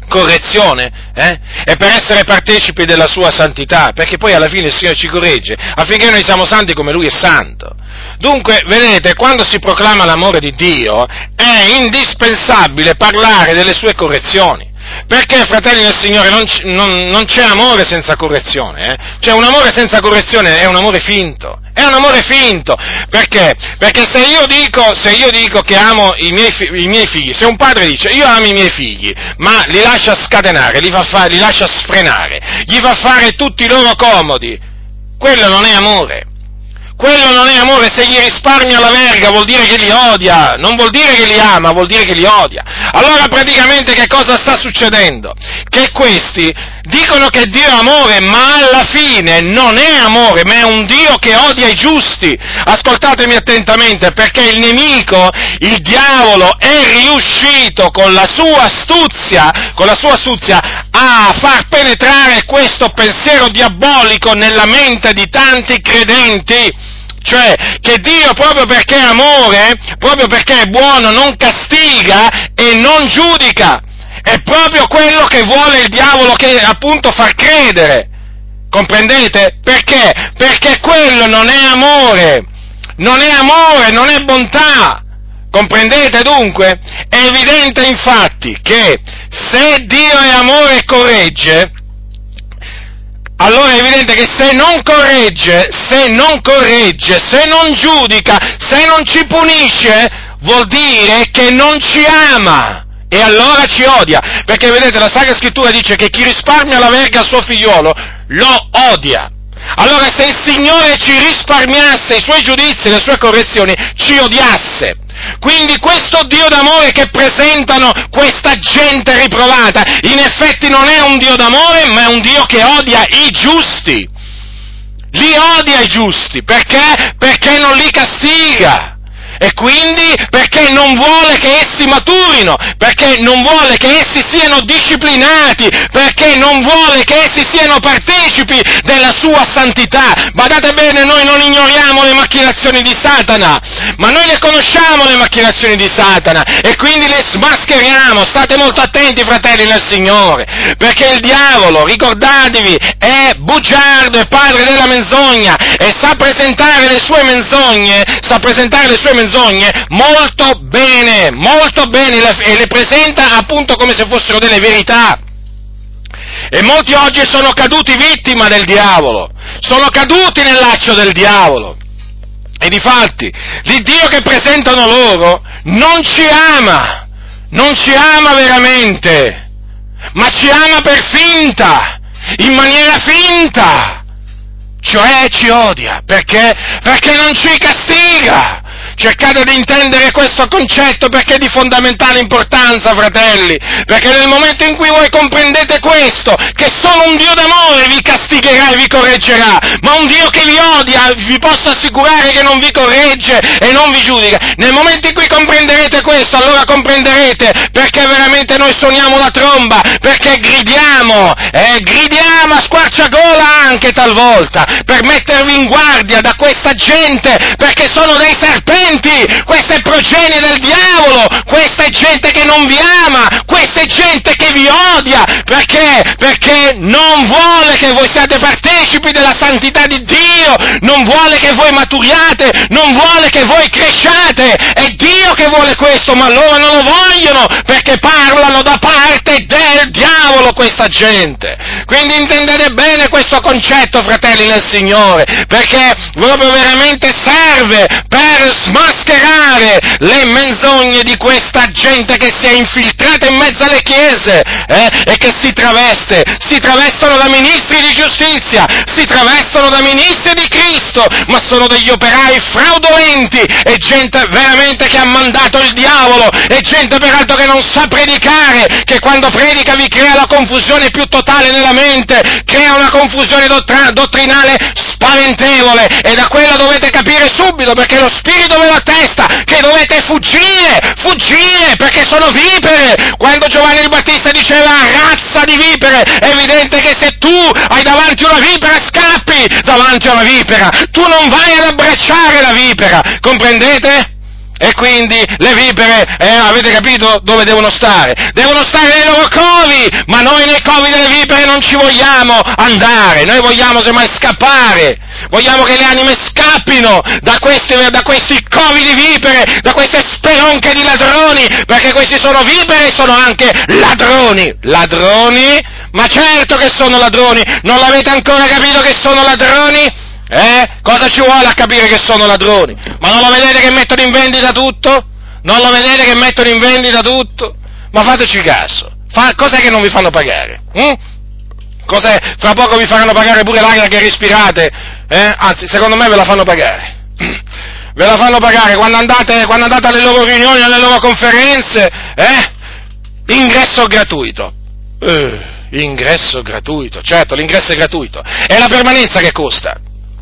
correzione, eh? E per essere partecipi della sua santità, perché poi alla fine il Signore ci corregge, affinché noi siamo santi come Lui è santo. Dunque, vedete, quando si proclama l'amore di Dio, è indispensabile parlare delle sue correzioni. Perché, fratelli del Signore, non, c- non, non c'è amore senza correzione, eh? Cioè, un amore senza correzione è un amore finto, è un amore finto. Perché? Perché se io dico, se io dico che amo i miei, fi- i miei figli, se un padre dice io amo i miei figli, ma li lascia scatenare, li, fa fare, li lascia sfrenare, gli fa fare tutti i loro comodi, quello non è amore. Quello non è amore. Se gli risparmia la verga vuol dire che li odia, non vuol dire che li ama, vuol dire che li odia. Allora praticamente che cosa sta succedendo? Che questi dicono che Dio è amore, ma alla fine non è amore, ma è un Dio che odia i giusti. Ascoltatemi attentamente, perché il nemico, il diavolo, è riuscito con la sua astuzia, con la sua astuzia a far penetrare questo pensiero diabolico nella mente di tanti credenti. Cioè, che Dio, proprio perché è amore, proprio perché è buono, non castiga e non giudica. È proprio quello che vuole il diavolo, che appunto far credere. Comprendete? Perché? Perché quello non è amore, non è amore, non è bontà. Comprendete dunque? È evidente infatti che se Dio è amore e corregge, allora è evidente che se non corregge, se non corregge, se non giudica, se non ci punisce, vuol dire che non ci ama. E allora ci odia. Perché vedete, la Sacra Scrittura dice che chi risparmia la verga al suo figliolo lo odia. Allora se il Signore ci risparmiasse i suoi giudizi, le sue correzioni, ci odiasse. Quindi questo Dio d'amore che presentano questa gente riprovata, in effetti non è un Dio d'amore, ma è un Dio che odia i giusti. Li odia i giusti, perché? Perché non li castiga. E quindi perché non vuole che essi maturino, perché non vuole che essi siano disciplinati, perché non vuole che essi siano partecipi della sua santità. Badate bene, noi non ignoriamo le macchinazioni di Satana, ma noi le conosciamo le macchinazioni di Satana e quindi le smascheriamo. State molto attenti, fratelli nel Signore, perché il diavolo, ricordatevi, è bugiardo, è padre della menzogna e sa presentare le sue menzogne, sa presentare le sue menzogne molto bene, molto bene, e le presenta appunto come se fossero delle verità. E molti oggi sono caduti vittima del diavolo, sono caduti nel laccio del diavolo. E difatti, l'Iddio che presentano loro non ci ama, non ci ama veramente, ma ci ama per finta, in maniera finta. Cioè ci odia, perché? Perché non ci castiga. Cercate di intendere questo concetto, perché è di fondamentale importanza, fratelli, perché nel momento in cui voi comprendete questo, che solo un Dio d'amore vi castigherà e vi correggerà, ma un Dio che vi odia, vi posso assicurare che non vi corregge e non vi giudica. Nel momento in cui comprenderete questo, allora comprenderete perché veramente noi suoniamo la tromba, perché gridiamo, eh, gridiamo a squarciagola anche talvolta, per mettervi in guardia da questa gente, perché sono dei serpenti. Questa è progenie del diavolo, questa è gente che non vi ama, questa è gente che vi odia, perché? Perché non vuole che voi siate partecipi della santità di Dio, non vuole che voi maturiate, non vuole che voi cresciate, è Dio che vuole questo, ma loro non lo vogliono, perché parlano da parte del diavolo questa gente. Quindi intendete bene questo concetto, fratelli nel Signore, perché proprio veramente serve per smascherare le menzogne di questa gente che si è infiltrata in mezzo alle chiese eh, e che si traveste, si travestono da ministri di giustizia, si travestono da ministri di Cristo, ma sono degli operai fraudolenti e gente veramente che ha mandato il diavolo, e gente peraltro che non sa predicare, che quando predica vi crea la confusione più totale nella mente, crea una confusione dottra- dottrinale spaventevole, e da quella dovete capire subito, perché lo spirito ve lo attesta, che dovete fuggire, fuggire, perché sono vipere. Quando Giovanni il Battista diceva razza di vipere, è evidente che se tu hai davanti una vipera, scappi davanti a una vipera, tu non vai ad abbracciare la vipera, comprendete? E quindi le vipere, eh, avete capito dove devono stare? Devono stare nei loro covi, ma noi nei covi delle vipere non ci vogliamo andare, noi vogliamo semmai scappare, vogliamo che le anime scappino da questi, da questi covi di vipere, da queste spelonche di ladroni, perché questi sono vipere e sono anche ladroni. Ladroni? Ma certo che sono ladroni, non l'avete ancora capito che sono ladroni? Eh? Cosa ci vuole a capire che sono ladroni? Ma non lo vedete che mettono in vendita tutto? Non lo vedete che mettono in vendita tutto? Ma fateci caso, Fa, cos'è che non vi fanno pagare? Hm? Cos'è? Fra poco vi faranno pagare pure l'aria che respirate, eh? Anzi, secondo me ve la fanno pagare. Ve la fanno pagare quando andate, quando andate alle loro riunioni, alle loro conferenze, eh? Ingresso gratuito. Eh, ingresso gratuito, certo, l'ingresso è gratuito. È la permanenza che costa.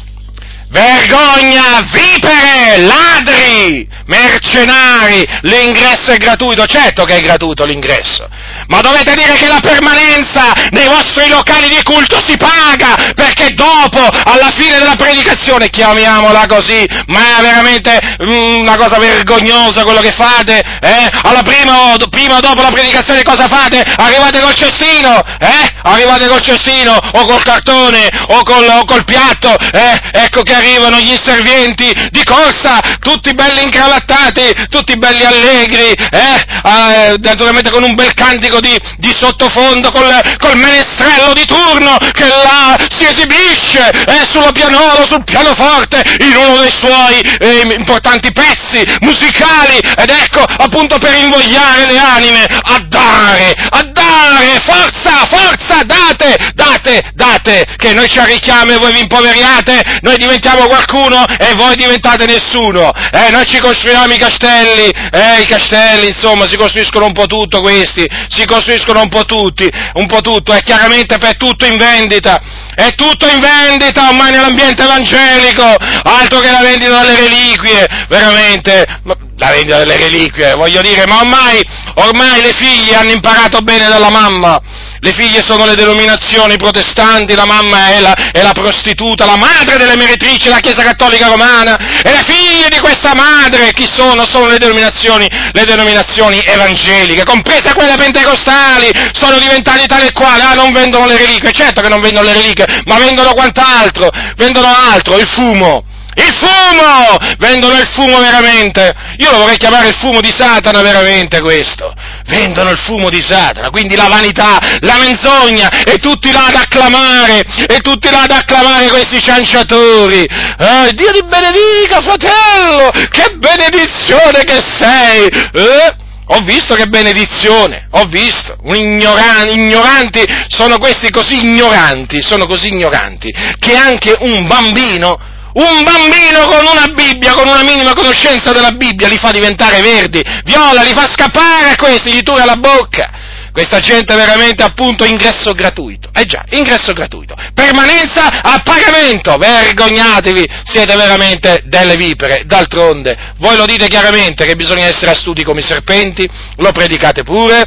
Vergogna, vipere, ladri, mercenari, l'ingresso è gratuito, certo che è gratuito l'ingresso, ma dovete dire che la permanenza nei vostri locali di culto si paga, perché dopo, alla fine della predicazione, chiamiamola così, ma è veramente mm, una cosa vergognosa quello che fate, eh? Alla prima o, prima o dopo la predicazione cosa fate? Arrivate col cestino, eh? Arrivate col cestino, o col cartone, o col, o col piatto, eh? Ecco che arrivano gli inservienti di corsa, tutti belli incravattati, tutti belli allegri, eh? eh naturalmente con un bel cantico di, di sottofondo, col, col menestrello di turno che là si esibisce eh, sullo pianoro, sul pianoforte, in uno dei suoi eh, importanti pezzi musicali, ed ecco, appunto per invogliare le anime a dare, a dare, forza, forza, date, date, date, che noi ci arricchiamo e voi vi impoveriate, noi diventiamo qualcuno e voi diventate nessuno, eh, noi ci costruiamo i castelli, eh, i castelli, insomma, si costruiscono un po' tutto questi, si costruiscono un po' tutti, un po' tutto, e chiaramente per tutto in vendita, è tutto in vendita ormai nell'ambiente evangelico, altro che la vendita delle reliquie, veramente, la vendita delle reliquie, voglio dire, ma ormai, ormai le figlie hanno imparato bene dalla mamma, le figlie sono le denominazioni protestanti, la mamma è la, è la prostituta, la madre delle meretrici, la Chiesa Cattolica Romana, e le figlie di questa madre, chi sono? Sono le denominazioni, le denominazioni evangeliche, comprese quelle pentecostali, sono diventati tale e quale, ah, non vendono le reliquie, certo che non vendono le reliquie, ma vendono quant'altro, vendono altro, il fumo. Il fumo! Vendono il fumo veramente! Io lo vorrei chiamare il fumo di Satana veramente questo! Vendono il fumo di Satana, quindi la vanità, la menzogna, e tutti là ad acclamare, e tutti là ad acclamare questi cianciatori! Eh, Dio ti benedica, fratello! Che benedizione che sei! Eh? Ho visto che benedizione, ho visto, un ignoran- ignoranti, sono questi così ignoranti, sono così ignoranti, che anche un bambino, un bambino con una Bibbia, con una minima conoscenza della Bibbia, li fa diventare verdi, viola, li fa scappare a questi, gli tura la bocca. Questa gente veramente, appunto, ingresso gratuito, eh già, ingresso gratuito, permanenza a pagamento, vergognatevi, siete veramente delle vipere, d'altronde, voi lo dite chiaramente che bisogna essere astuti come i serpenti, lo predicate pure,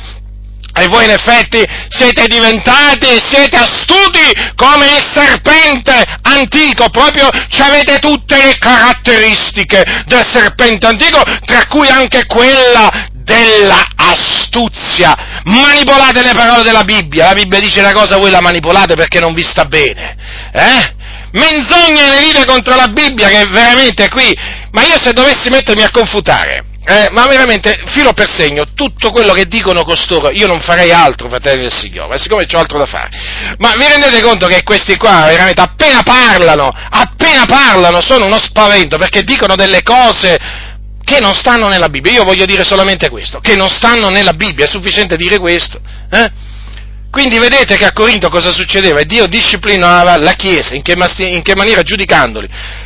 e voi in effetti siete diventati, siete astuti come il serpente antico, proprio ci avete tutte le caratteristiche del serpente antico, tra cui anche quella della astuzia. Manipolate le parole della Bibbia, la Bibbia dice una cosa, voi la manipolate perché non vi sta bene, eh? Menzogne ne dite contro la Bibbia che veramente qui, ma io se dovessi mettermi a confutare, Eh, ma veramente, filo per segno, tutto quello che dicono costoro, io non farei altro, fratelli del Signore, ma siccome c'ho altro da fare. Ma vi rendete conto che questi qua, veramente, appena parlano, appena parlano, sono uno spavento, perché dicono delle cose che non stanno nella Bibbia. Io voglio dire solamente questo, che non stanno nella Bibbia, è sufficiente dire questo, eh? Quindi vedete che a Corinto cosa succedeva? E Dio disciplinava la Chiesa, in che, in che maniera? Giudicandoli,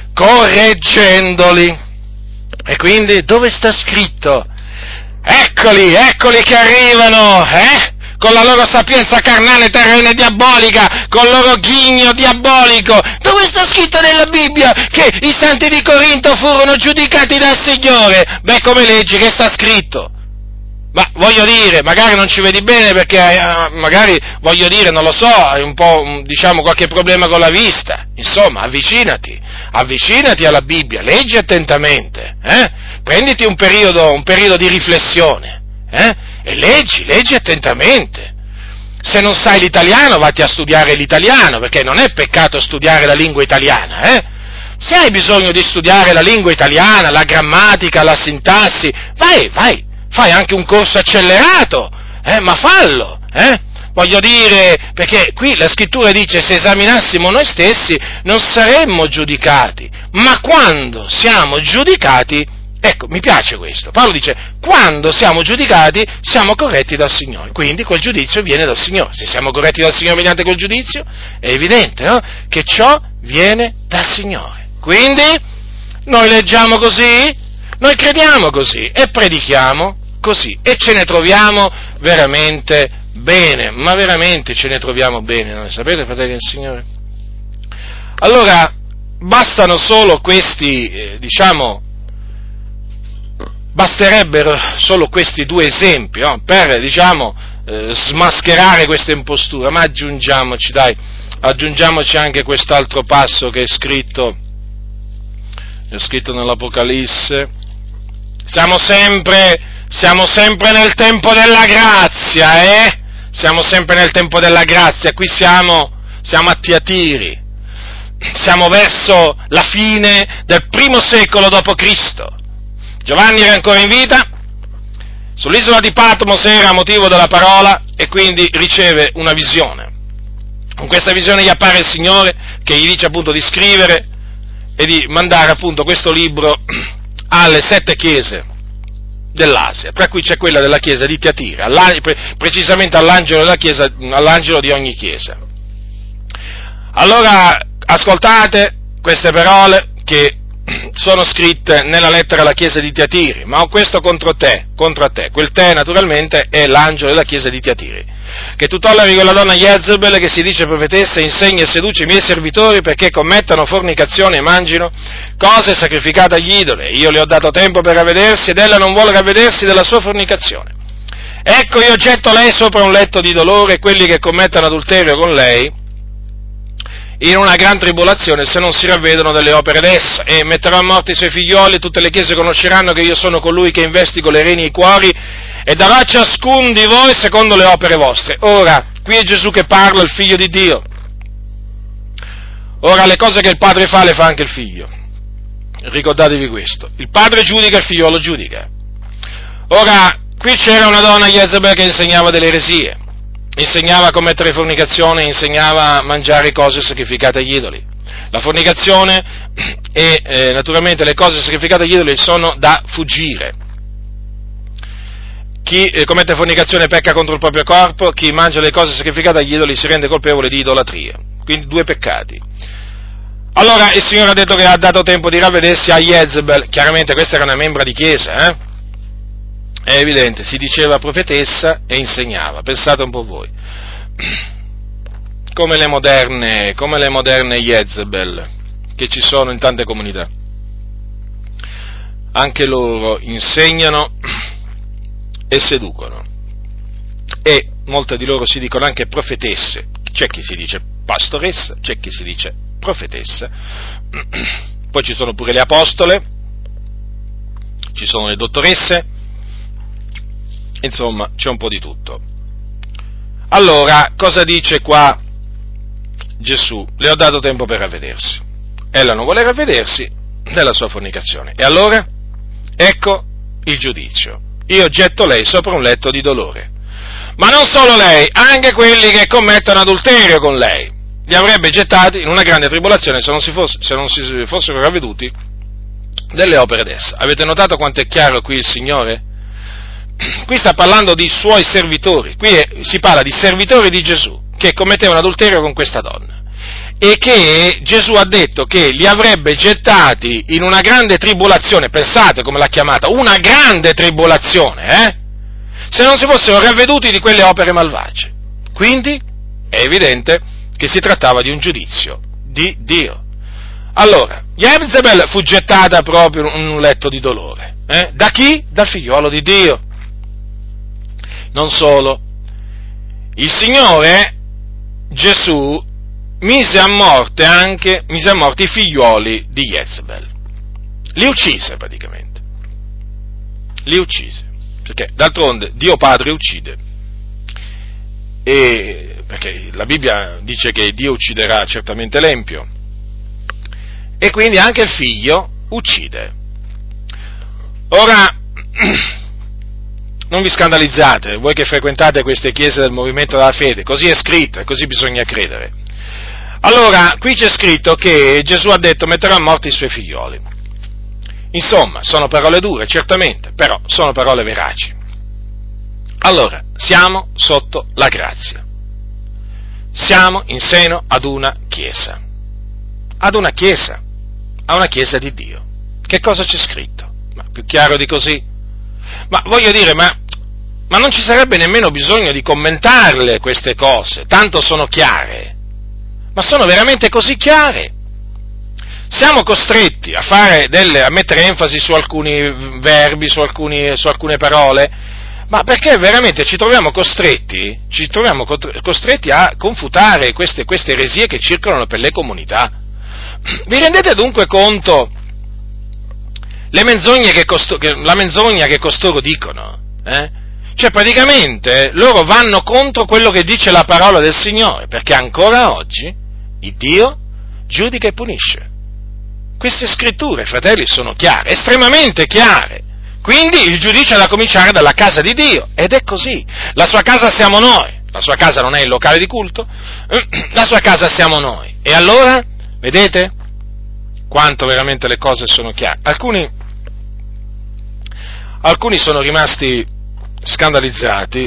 correggendoli. E quindi dove sta scritto? Eccoli, eccoli che arrivano, eh? Con la loro sapienza carnale, terrena e diabolica, con il loro ghigno diabolico. Dove sta scritto nella Bibbia che i santi di Corinto furono giudicati dal Signore? Beh, come leggi che sta scritto? Ma voglio dire, magari non ci vedi bene perché eh, magari, voglio dire, non lo so, hai un po', diciamo, qualche problema con la vista. Insomma, avvicinati, avvicinati alla Bibbia, leggi attentamente, eh? prenditi un periodo, un periodo di riflessione, eh? E leggi, leggi attentamente. Se non sai l'italiano, vatti a studiare l'italiano, perché non è peccato studiare la lingua italiana, eh? Se hai bisogno di studiare la lingua italiana, la grammatica, la sintassi, vai, vai, fai anche un corso accelerato, eh? Ma fallo, eh? Voglio dire, perché qui la scrittura dice: se esaminassimo noi stessi non saremmo giudicati, ma quando siamo giudicati, ecco, mi piace questo, Paolo dice: quando siamo giudicati siamo corretti dal Signore, quindi quel giudizio viene dal Signore. Se siamo corretti dal Signore mediante quel giudizio, è evidente, no? Che ciò viene dal Signore. Quindi noi leggiamo così, noi crediamo così e predichiamo così e ce ne troviamo veramente bene, ma veramente ce ne troviamo bene, noi, sapete, fratelli del Signore? Allora, bastano solo questi, eh, diciamo, basterebbero solo questi due esempi, no? Per, diciamo, eh, smascherare questa impostura, ma aggiungiamoci, dai, aggiungiamoci anche quest'altro passo che è scritto, è scritto nell'Apocalisse. Siamo sempre, siamo sempre nel tempo della grazia, eh? Siamo sempre nel tempo della grazia, qui siamo, siamo a Tiatiri, siamo verso la fine del primo secolo dopo Cristo. Giovanni era ancora in vita, sull'isola di Patmos era motivo della parola e quindi riceve una visione. Con questa visione gli appare il Signore che gli dice appunto di scrivere e di mandare appunto questo libro alle sette chiese dell'Asia, tra cui c'è quella della chiesa di Tiatira, precisamente all'angelo della chiesa, all'angelo di ogni chiesa. Allora, ascoltate queste parole che sono scritte nella lettera alla chiesa di Tiatiri, ma ho questo contro te, contro te, quel te naturalmente è l'angelo della chiesa di Tiatiri, che tu tolleri quella donna Jezebel che si dice profetessa, insegna e seduce i miei servitori perché commettano fornicazione e mangino cose sacrificate agli idoli. Io le ho dato tempo per ravvedersi ed ella non vuole ravvedersi della sua fornicazione. Ecco, io getto lei sopra un letto di dolore e quelli che commettono adulterio con lei in una gran tribolazione se non si ravvedono delle opere d'essa, e metterò a morte i suoi figlioli, e tutte le chiese conosceranno che io sono colui che investigo le reni e i cuori, e darò a ciascun di voi secondo le opere vostre. Ora, qui è Gesù che parla, il Figlio di Dio. Ora, le cose che il Padre fa, le fa anche il Figlio. Ricordatevi questo. Il Padre giudica, il Figliolo giudica. Ora, qui c'era una donna, Jezebel, che insegnava delle eresie. Insegnava a commettere fornicazione, insegnava a mangiare cose sacrificate agli idoli. La fornicazione e eh, naturalmente le cose sacrificate agli idoli sono da fuggire. Chi eh, commette fornicazione pecca contro il proprio corpo, chi mangia le cose sacrificate agli idoli si rende colpevole di idolatria. Quindi due peccati. Allora il Signore ha detto che ha dato tempo di ravvedersi a Jezebel, chiaramente questa era una membra di chiesa, eh? È evidente, si diceva profetessa e insegnava, pensate un po' voi, come le moderne, come le moderne Jezebel che ci sono in tante comunità, anche loro insegnano e seducono, e molte di loro si dicono anche profetesse, c'è chi si dice pastoressa, c'è chi si dice profetessa, poi ci sono pure le apostole, ci sono le dottoresse, insomma, c'è un po' di tutto. Allora, cosa dice qua Gesù? Le ho dato tempo per ravvedersi. Ella non vuole ravvedersi della sua fornicazione. E allora? Ecco il giudizio. Io getto lei sopra un letto di dolore. Ma non solo lei, anche quelli che commettono adulterio con lei. Li avrebbe gettati in una grande tribolazione se non si, fosse, se non si fossero ravveduti delle opere d'essa. Avete notato quanto è chiaro qui il Signore? Qui sta parlando di suoi servitori, qui è, si parla di servitori di Gesù che commettevano adulterio con questa donna e che Gesù ha detto che li avrebbe gettati in una grande tribolazione, pensate come l'ha chiamata, una grande tribolazione, eh? Se non si fossero ravveduti di quelle opere malvagie. Quindi è evidente che si trattava di un giudizio di Dio. Allora, Jezebel fu gettata proprio in un letto di dolore, eh? Da chi? Dal figliolo di Dio. Non solo, il Signore Gesù mise a morte anche, mise a morte i figlioli di Jezebel, li uccise praticamente, li uccise, perché d'altronde Dio Padre uccide, e perché la Bibbia dice che Dio ucciderà certamente l'empio, e quindi anche il figlio uccide. Ora, non vi scandalizzate, voi che frequentate queste chiese del movimento della fede, così è scritto e così bisogna credere. Allora, qui c'è scritto che Gesù ha detto: metterà a morte i suoi figlioli. Insomma, sono parole dure, certamente, però sono parole veraci. Allora, siamo sotto la grazia. Siamo in seno ad una chiesa. Ad una chiesa. A una chiesa di Dio. Che cosa c'è scritto? Ma più chiaro di così? Ma voglio dire, ma, ma non ci sarebbe nemmeno bisogno di commentarle queste cose, tanto sono chiare. Ma sono veramente così chiare. Siamo costretti a fare delle, a mettere enfasi su alcuni verbi, su, alcuni, su alcune parole, ma perché veramente ci troviamo costretti, ci troviamo costretti a confutare queste, queste eresie che circolano per le comunità. Vi rendete dunque conto le menzogne che costo, che, la menzogna che costoro dicono? Eh? Cioè praticamente loro vanno contro quello che dice la parola del Signore, perché ancora oggi il Dio giudica e punisce. Queste scritture, fratelli, sono chiare, estremamente chiare. Quindi il giudizio è da cominciare dalla casa di Dio, ed è così. La sua casa siamo noi, la sua casa non è il locale di culto, la sua casa siamo noi. E allora, vedete quanto veramente le cose sono chiare. Alcuni, alcuni sono rimasti scandalizzati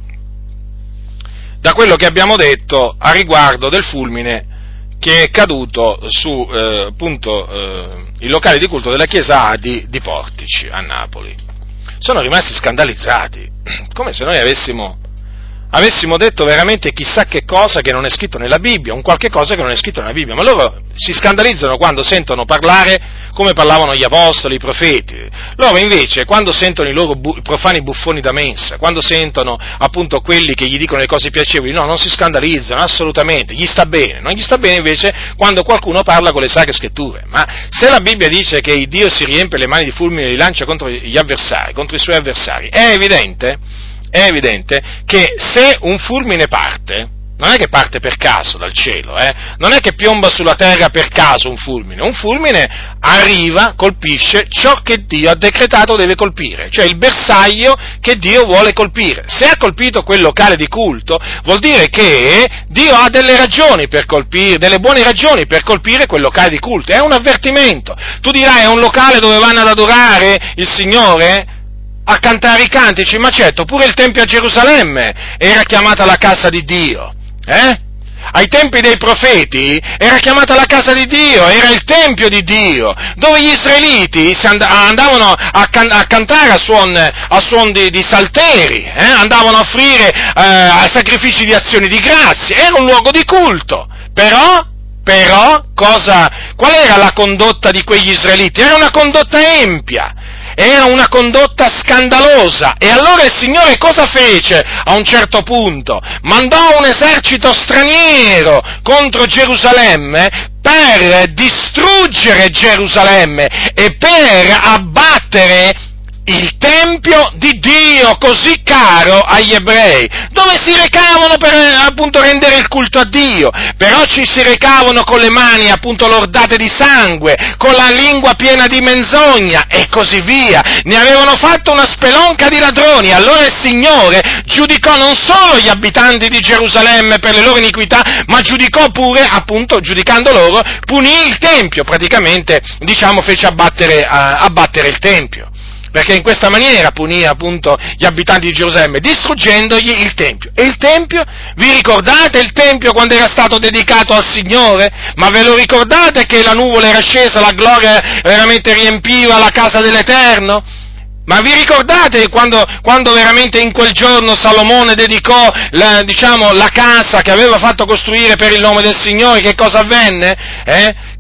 da quello che abbiamo detto a riguardo del fulmine che è caduto su eh, appunto eh, il locale di culto della chiesa A di, di Portici a Napoli. Sono rimasti scandalizzati, come se noi avessimo, avessimo detto veramente chissà che cosa che non è scritto nella Bibbia, un qualche cosa che non è scritto nella Bibbia, ma loro si scandalizzano quando sentono parlare come parlavano gli apostoli, i profeti. Loro invece, quando sentono i loro bu- profani buffoni da mensa, quando sentono appunto quelli che gli dicono le cose piacevoli, no, non si scandalizzano assolutamente, gli sta bene. Non gli sta bene invece quando qualcuno parla con le sacre scritture. Ma se la Bibbia dice che il Dio si riempie le mani di fulmini e li lancia contro gli avversari, contro i suoi avversari, è evidente, è evidente che se un fulmine parte, non è che parte per caso dal cielo, eh? Non è che piomba sulla terra per caso un fulmine, un fulmine arriva, colpisce ciò che Dio ha decretato deve colpire, cioè il bersaglio che Dio vuole colpire. Se ha colpito quel locale di culto, vuol dire che Dio ha delle ragioni per colpire, delle buone ragioni per colpire quel locale di culto, è un avvertimento. Tu dirai, è un locale dove vanno ad adorare il Signore? A cantare i cantici, ma certo, pure il Tempio a Gerusalemme era chiamata la casa di Dio. Eh? Ai tempi dei profeti era chiamata la casa di Dio, era il Tempio di Dio, dove gli israeliti andavano a, can- a cantare a suon, a suon di, di salteri, eh? Andavano a offrire eh, sacrifici di azioni di grazia, era un luogo di culto, però, però, cosa, qual era la condotta di quegli israeliti? Era una condotta empia. Era una condotta scandalosa, e allora il Signore cosa fece a un certo punto? Mandò un esercito straniero contro Gerusalemme per distruggere Gerusalemme e per abbattere il Tempio di Dio, così caro agli ebrei, dove si recavano per appunto rendere il culto a Dio, però ci si recavano con le mani appunto lordate di sangue, con la lingua piena di menzogna e così via, ne avevano fatto una spelonca di ladroni. Allora il Signore giudicò non solo gli abitanti di Gerusalemme per le loro iniquità, ma giudicò pure, appunto, giudicando loro, punì il Tempio, praticamente, diciamo, fece abbattere, uh, abbattere il Tempio. Perché in questa maniera punì appunto gli abitanti di Gerusalemme, distruggendogli il Tempio. E il Tempio, vi ricordate il Tempio quando era stato dedicato al Signore? Ma ve lo ricordate che la nuvola era scesa, la gloria veramente riempiva la casa dell'Eterno? Ma vi ricordate quando, quando veramente in quel giorno Salomone dedicò la, diciamo, la casa che aveva fatto costruire per il nome del Signore, che cosa avvenne? Eh?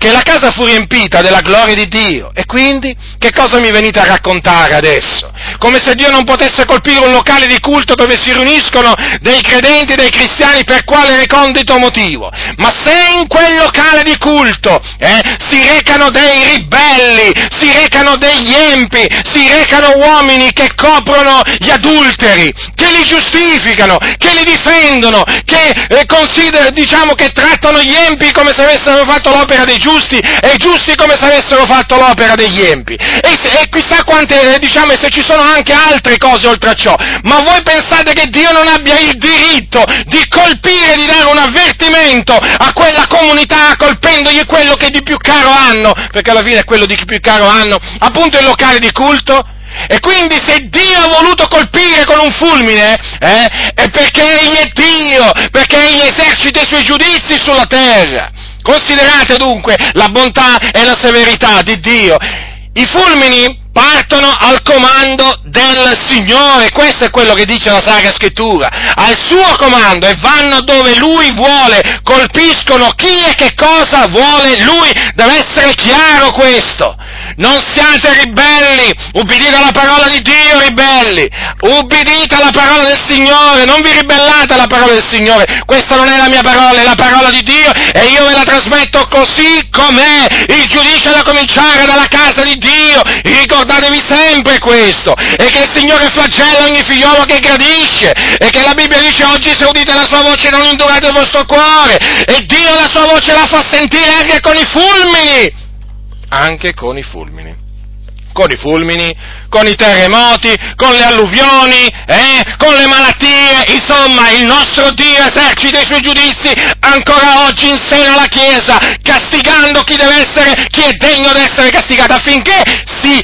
che la casa fu riempita della gloria di Dio. E quindi, che cosa mi venite a raccontare adesso? Come se Dio non potesse colpire un locale di culto dove si riuniscono dei credenti, dei cristiani, per quale recondito motivo? Ma se in quel locale di culto eh, si recano dei ribelli, si recano degli empi, si recano uomini che coprono gli adulteri, che li giustificano, che li difendono, che eh, consider- diciamo che trattano gli empi come se avessero fatto l'opera dei giusti e i giusti come se avessero fatto l'opera degli empi. E, se, e chissà quante, diciamo, se ci sono anche altre cose oltre a ciò. Ma voi pensate che Dio non abbia il diritto di colpire, di dare un avvertimento a quella comunità colpendogli quello che di più caro hanno? Perché alla fine è quello di più caro hanno, appunto il locale di culto. E quindi se Dio ha voluto colpire con un fulmine, eh, è perché Egli è Dio, perché Egli esercita i suoi giudizi sulla terra. Considerate dunque la bontà e la severità di Dio. I fulmini partono al comando del Signore, questo è quello che dice la Sacra Scrittura, al suo comando, e vanno dove Lui vuole, colpiscono chi e che cosa vuole Lui, deve essere chiaro questo. Non siate ribelli, ubbidite alla parola di Dio, ribelli, ubbidite alla parola del Signore, non vi ribellate alla parola del Signore, questa non è la mia parola, è la parola di Dio, e io ve la trasmetto così com'è. Il giudizio è da cominciare dalla casa di Dio, ricordatevi sempre questo, e che il Signore flagella ogni figliolo che gradisce, e che la Bibbia dice: oggi se udite la sua voce non indurate il vostro cuore, e Dio la sua voce la fa sentire anche con i fulmini, anche con i fulmini, con i fulmini, con i terremoti, con le alluvioni, eh, con le malattie, insomma il nostro Dio esercita i suoi giudizi ancora oggi in seno alla Chiesa, castigando chi deve essere, chi è degno di essere castigato, affinché si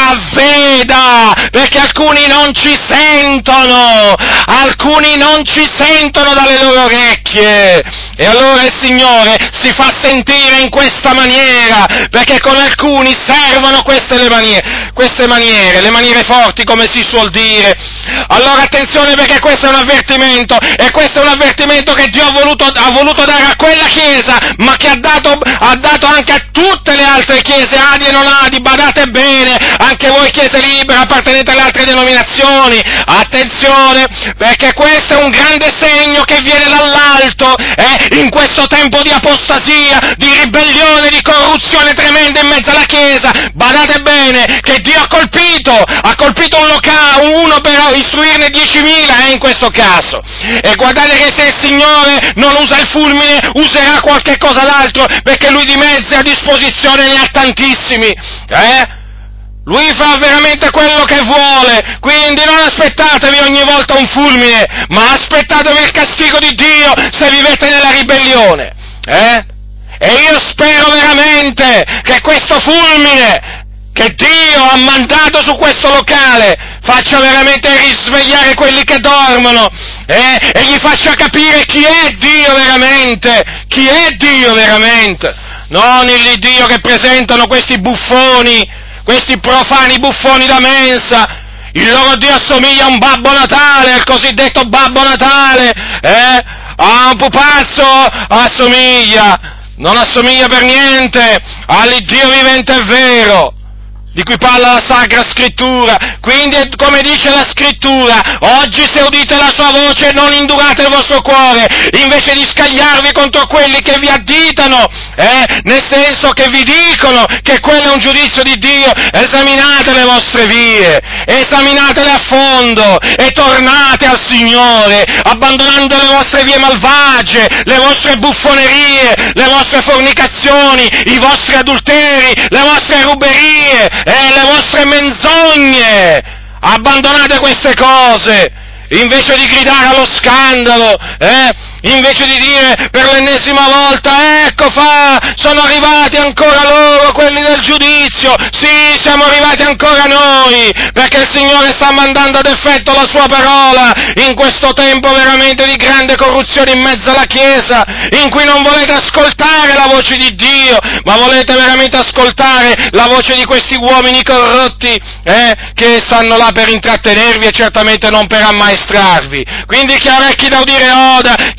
ravveda, perché alcuni non ci sentono, alcuni non ci sentono dalle loro orecchie, e allora il Signore si fa sentire in questa maniera, perché con alcuni servono queste le maniere, queste maniere, le maniere forti, come si suol dire. Allora attenzione, perché questo è un avvertimento, e questo è un avvertimento che Dio ha voluto, ha voluto dare a quella Chiesa, ma che ha dato, ha dato anche a tutte le altre Chiese, adi e non adi, badate bene, anche voi Chiese libere, appartenete alle altre denominazioni, attenzione, perché questo è un grande segno che viene dall'alto, eh, in questo tempo di apostasia, di ribellione, di corruzione tremenda in mezzo alla Chiesa. Badate bene che Dio ha colpito, ha colpito un locale, uno per istruirne diecimila, eh, in questo caso. E guardate che se il Signore non usa il fulmine, userà qualche cosa d'altro, perché Lui di mezzi a disposizione ne ha tantissimi, eh? Lui fa veramente quello che vuole, quindi non aspettatevi ogni volta un fulmine, ma aspettatevi il castigo di Dio se vivete nella ribellione, eh? E io spero veramente che questo fulmine che Dio ha mandato su questo locale faccia veramente risvegliare quelli che dormono, eh? E gli faccia capire chi è Dio veramente, chi è Dio veramente, non il Dio che presentano questi buffoni, questi profani buffoni da mensa. Il loro Dio assomiglia a un Babbo Natale, al cosiddetto Babbo Natale, eh? A un pupazzo assomiglia, non assomiglia per niente all'Iddio vivente e vero, di cui parla la Sacra Scrittura. Quindi, come dice la Scrittura, oggi se udite la sua voce non indurate il vostro cuore, invece di scagliarvi contro quelli che vi additano, eh, nel senso che vi dicono che quello è un giudizio di Dio. Esaminate le vostre vie, esaminatele a fondo e tornate al Signore, abbandonando le vostre vie malvagie, le vostre buffonerie, le vostre fornicazioni, i vostri adulteri, le vostre ruberie, e le vostre menzogne. Abbandonate queste cose, invece di gridare allo scandalo, eh? Invece di dire per l'ennesima volta: ecco fa, sono arrivati ancora loro, quelli del giudizio, sì, siamo arrivati ancora noi, perché il Signore sta mandando ad effetto la sua parola in questo tempo veramente di grande corruzione in mezzo alla Chiesa, in cui non volete ascoltare la voce di Dio, ma volete veramente ascoltare la voce di questi uomini corrotti, eh, che stanno là per intrattenervi e certamente non per ammaestrarvi. Quindi chi ha orecchi da udire oda, chi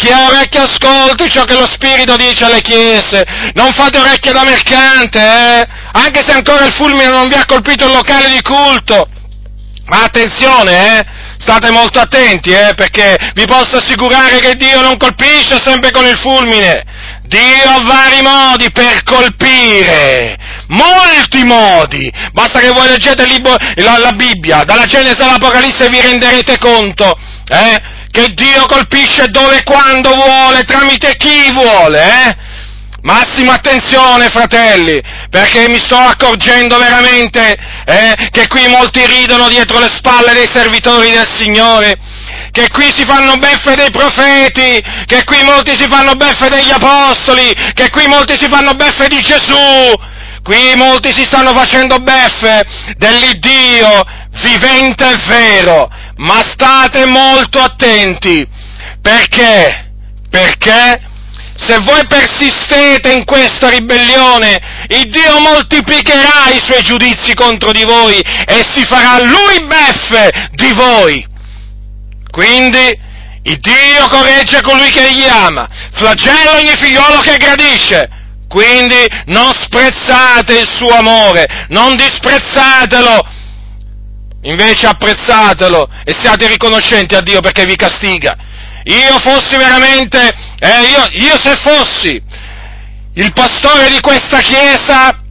chi ha orecchie ascolti ciò che lo Spirito dice alle chiese, non fate orecchie da mercante, eh? Anche se ancora il fulmine non vi ha colpito il locale di culto, ma attenzione, eh? State molto attenti, eh? Perché vi posso assicurare che Dio non colpisce sempre con il fulmine. Dio ha vari modi per colpire, molti modi, basta che voi leggete il libro, la, la Bibbia, dalla Genesi all'Apocalisse vi renderete conto, eh, che Dio colpisce dove e quando vuole, tramite chi vuole, eh? Massima attenzione, fratelli, perché mi sto accorgendo veramente, eh, che qui molti ridono dietro le spalle dei servitori del Signore, che qui si fanno beffe dei profeti, che qui molti si fanno beffe degli apostoli, che qui molti si fanno beffe di Gesù, qui molti si stanno facendo beffe dell'Iddio vivente e vero, ma state molto attenti, perché? Perché se voi persistete in questa ribellione, il Dio moltiplicherà i suoi giudizi contro di voi e si farà Lui beffe di voi. Quindi, il Dio corregge colui che Egli ama, flagella ogni figliolo che gradisce. Quindi, non sprezzate il suo amore, non disprezzatelo, invece apprezzatelo e siate riconoscenti a Dio perché vi castiga. Io fossi veramente, eh, io, io se fossi il pastore di questa chiesa,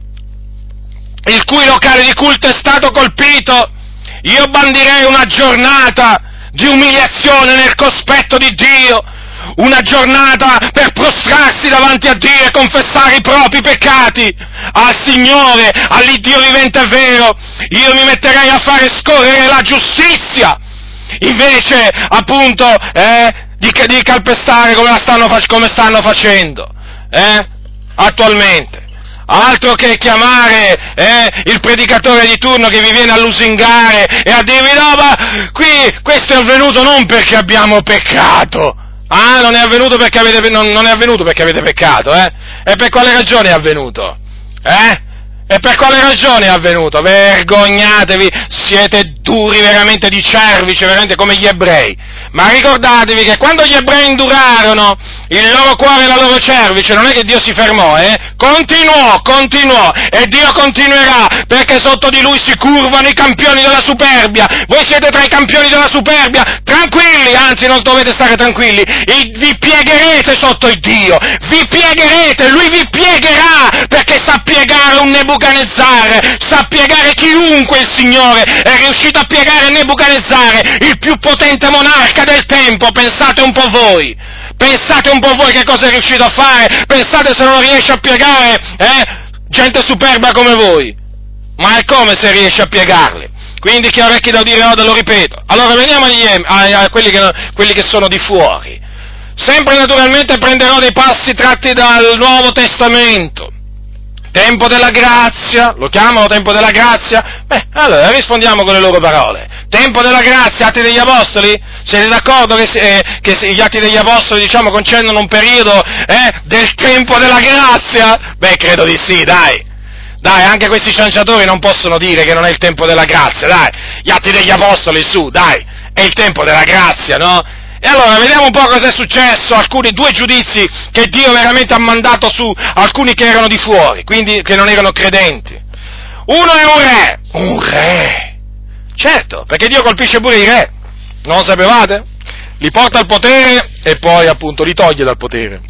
il cui locale di culto è stato colpito, io bandirei una giornata di umiliazione nel cospetto di Dio, una giornata per prostrarsi davanti a Dio e confessare i propri peccati al Signore, all'Iddio vivente e vero. Io mi metterei a fare scorrere la giustizia, invece, appunto, eh, di, di calpestare come, la stanno, come stanno facendo, eh, attualmente. Altro che chiamare eh, il predicatore di turno che vi viene a lusingare e a dirvi no, ma qui questo è avvenuto non perché abbiamo peccato. Ah, non è avvenuto perché avete, non, non è avvenuto perché avete peccato, eh? E per quale ragione è avvenuto? Eh? E per quale ragione è avvenuto? Vergognatevi, siete duri veramente di cervice, veramente come gli ebrei. Ma ricordatevi che quando gli ebrei indurarono il loro cuore e la loro cervice, non è che Dio si fermò, eh? Continuò, continuò, e Dio continuerà, perché sotto di Lui si curvano i campioni della superbia. Voi siete tra i campioni della superbia, tranquilli, anzi non dovete stare tranquilli, vi piegherete sotto il Dio, vi piegherete, Lui vi piegherà, perché sa piegare un Nebuchadnezzar, sa piegare chiunque il Signore, è riuscito a piegare Nebuchadnezzar, il più potente monarca del tempo. Pensate un po' voi, pensate un po' voi che cosa è riuscito a fare, pensate se non riesce a piegare, eh, gente superba come voi, ma è come se riesce a piegarli. Quindi chi ha orecchi da udire oda, lo ripeto. Allora veniamo agli, a, a quelli, che, quelli che sono di fuori. Sempre naturalmente prenderò dei passi tratti dal Nuovo Testamento. Tempo della grazia, lo chiamano tempo della grazia? Beh, allora rispondiamo con le loro parole. Tempo della grazia, Atti degli Apostoli? Siete d'accordo che, eh, che gli Atti degli Apostoli, diciamo, concernono un periodo eh, del tempo della grazia? Beh, credo di sì, dai. Dai, anche questi cianciatori non possono dire che non è il tempo della grazia, dai. Gli Atti degli Apostoli, su, dai, è il tempo della grazia, no? E allora, vediamo un po' cosa è successo, alcuni, due giudizi che Dio veramente ha mandato su alcuni che erano di fuori, quindi che non erano credenti. Uno è un re, un re, certo, perché Dio colpisce pure i re, non lo sapevate? Li porta al potere e poi appunto li toglie dal potere.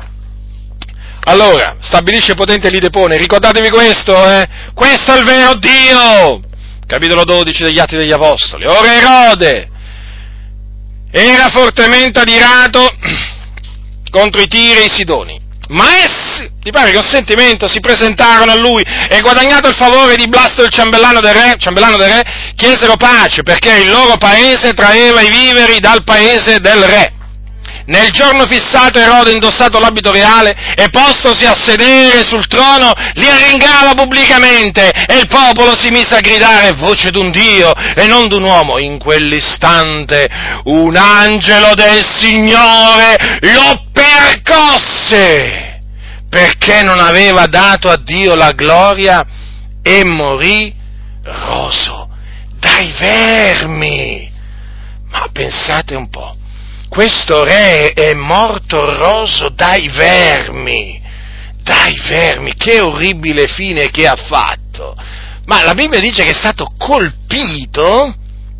Allora, stabilisce potente e li depone, ricordatevi questo, eh? Questo è il vero Dio! Capitolo dodici degli Atti degli Apostoli. Ora Erode era fortemente adirato contro i Tiri e i Sidoni, ma essi, ti pare, con sentimento si presentarono a lui e, guadagnato il favore di Blasto il ciambellano del re, ciambellano del re, chiesero pace, perché il loro paese traeva i viveri dal paese del re. Nel giorno fissato Erode, indossato l'abito reale e postosi a sedere sul trono, li arringava pubblicamente e il popolo si mise a gridare voce d'un Dio e non d'un uomo. In quell'istante un angelo del Signore lo percosse perché non aveva dato a Dio la gloria e morì roso dai vermi. Ma pensate un po'. questo re è morto roso dai vermi, dai vermi, che orribile fine che ha fatto. Ma la Bibbia dice che è stato colpito,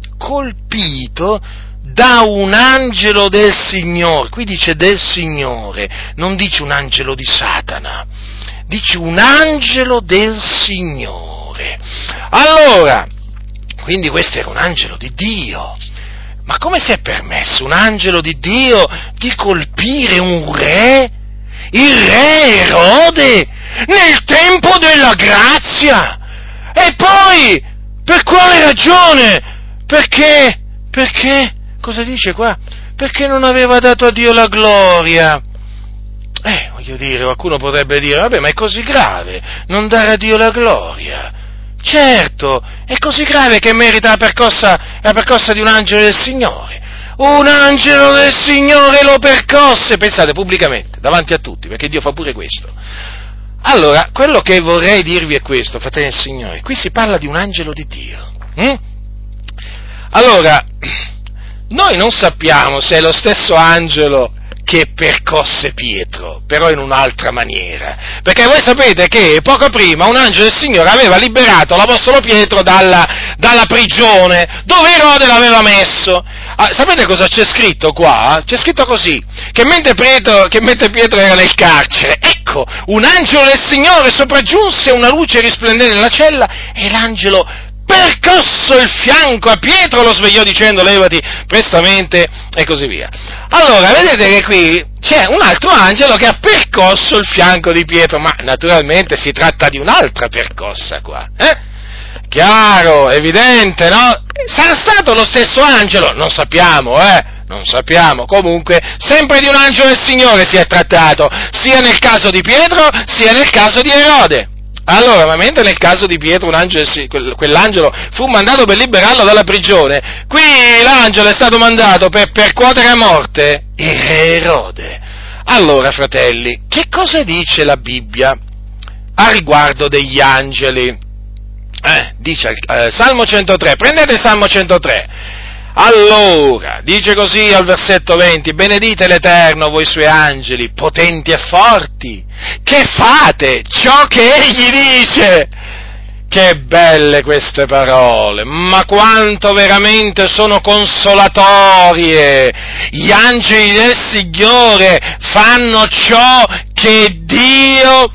colpito da un angelo del Signore. Qui dice del Signore, non dice un angelo di Satana, dice un angelo del Signore. Allora, quindi questo era un angelo di Dio. Ma come si è permesso un angelo di Dio di colpire un re? Il re Erode, nel tempo della grazia! E poi, per quale ragione? Perché, perché, cosa dice qua? Perché non aveva dato a Dio la gloria. Eh, voglio dire, qualcuno potrebbe dire, vabbè, ma è così grave non dare a Dio la gloria? Certo, è così grave che merita la percossa, la percossa di un angelo del Signore. Un angelo del Signore lo percosse, pensate, pubblicamente, davanti a tutti, perché Dio fa pure questo. Allora, quello che vorrei dirvi è questo, fratelli del Signore, qui si parla di un angelo di Dio. Hm? Allora, noi non sappiamo se è lo stesso angelo che percosse Pietro, però in un'altra maniera, perché voi sapete che poco prima un angelo del Signore aveva liberato l'Apostolo Pietro dalla, dalla prigione dove Erode l'aveva messo. Ah, sapete cosa c'è scritto qua? C'è scritto così, che mentre Pietro, che mentre Pietro era nel carcere, ecco, un angelo del Signore sopraggiunse, una luce risplendente nella cella, e l'angelo percosso il fianco a Pietro, lo svegliò dicendo levati prestamente e così via. Allora, vedete che qui c'è un altro angelo che ha percosso il fianco di Pietro, ma naturalmente si tratta di un'altra percossa qua, eh? Chiaro, evidente, no? Sarà stato lo stesso angelo? Non sappiamo, eh? Non sappiamo, comunque, sempre di un angelo del Signore si è trattato, sia nel caso di Pietro, sia nel caso di Erode. Allora, ma mentre nel caso di Pietro un angelo, quell'angelo fu mandato per liberarlo dalla prigione, qui l'angelo è stato mandato per percuotere a morte il re Erode. Allora, fratelli, che cosa dice la Bibbia a riguardo degli angeli? Eh, dice eh, Salmo centotré, prendete il Salmo centotré. Allora, dice così al versetto venti, benedite l'Eterno voi suoi angeli, potenti e forti, che fate ciò che egli dice. Che belle queste parole, ma quanto veramente sono consolatorie. Gli angeli del Signore fanno ciò che Dio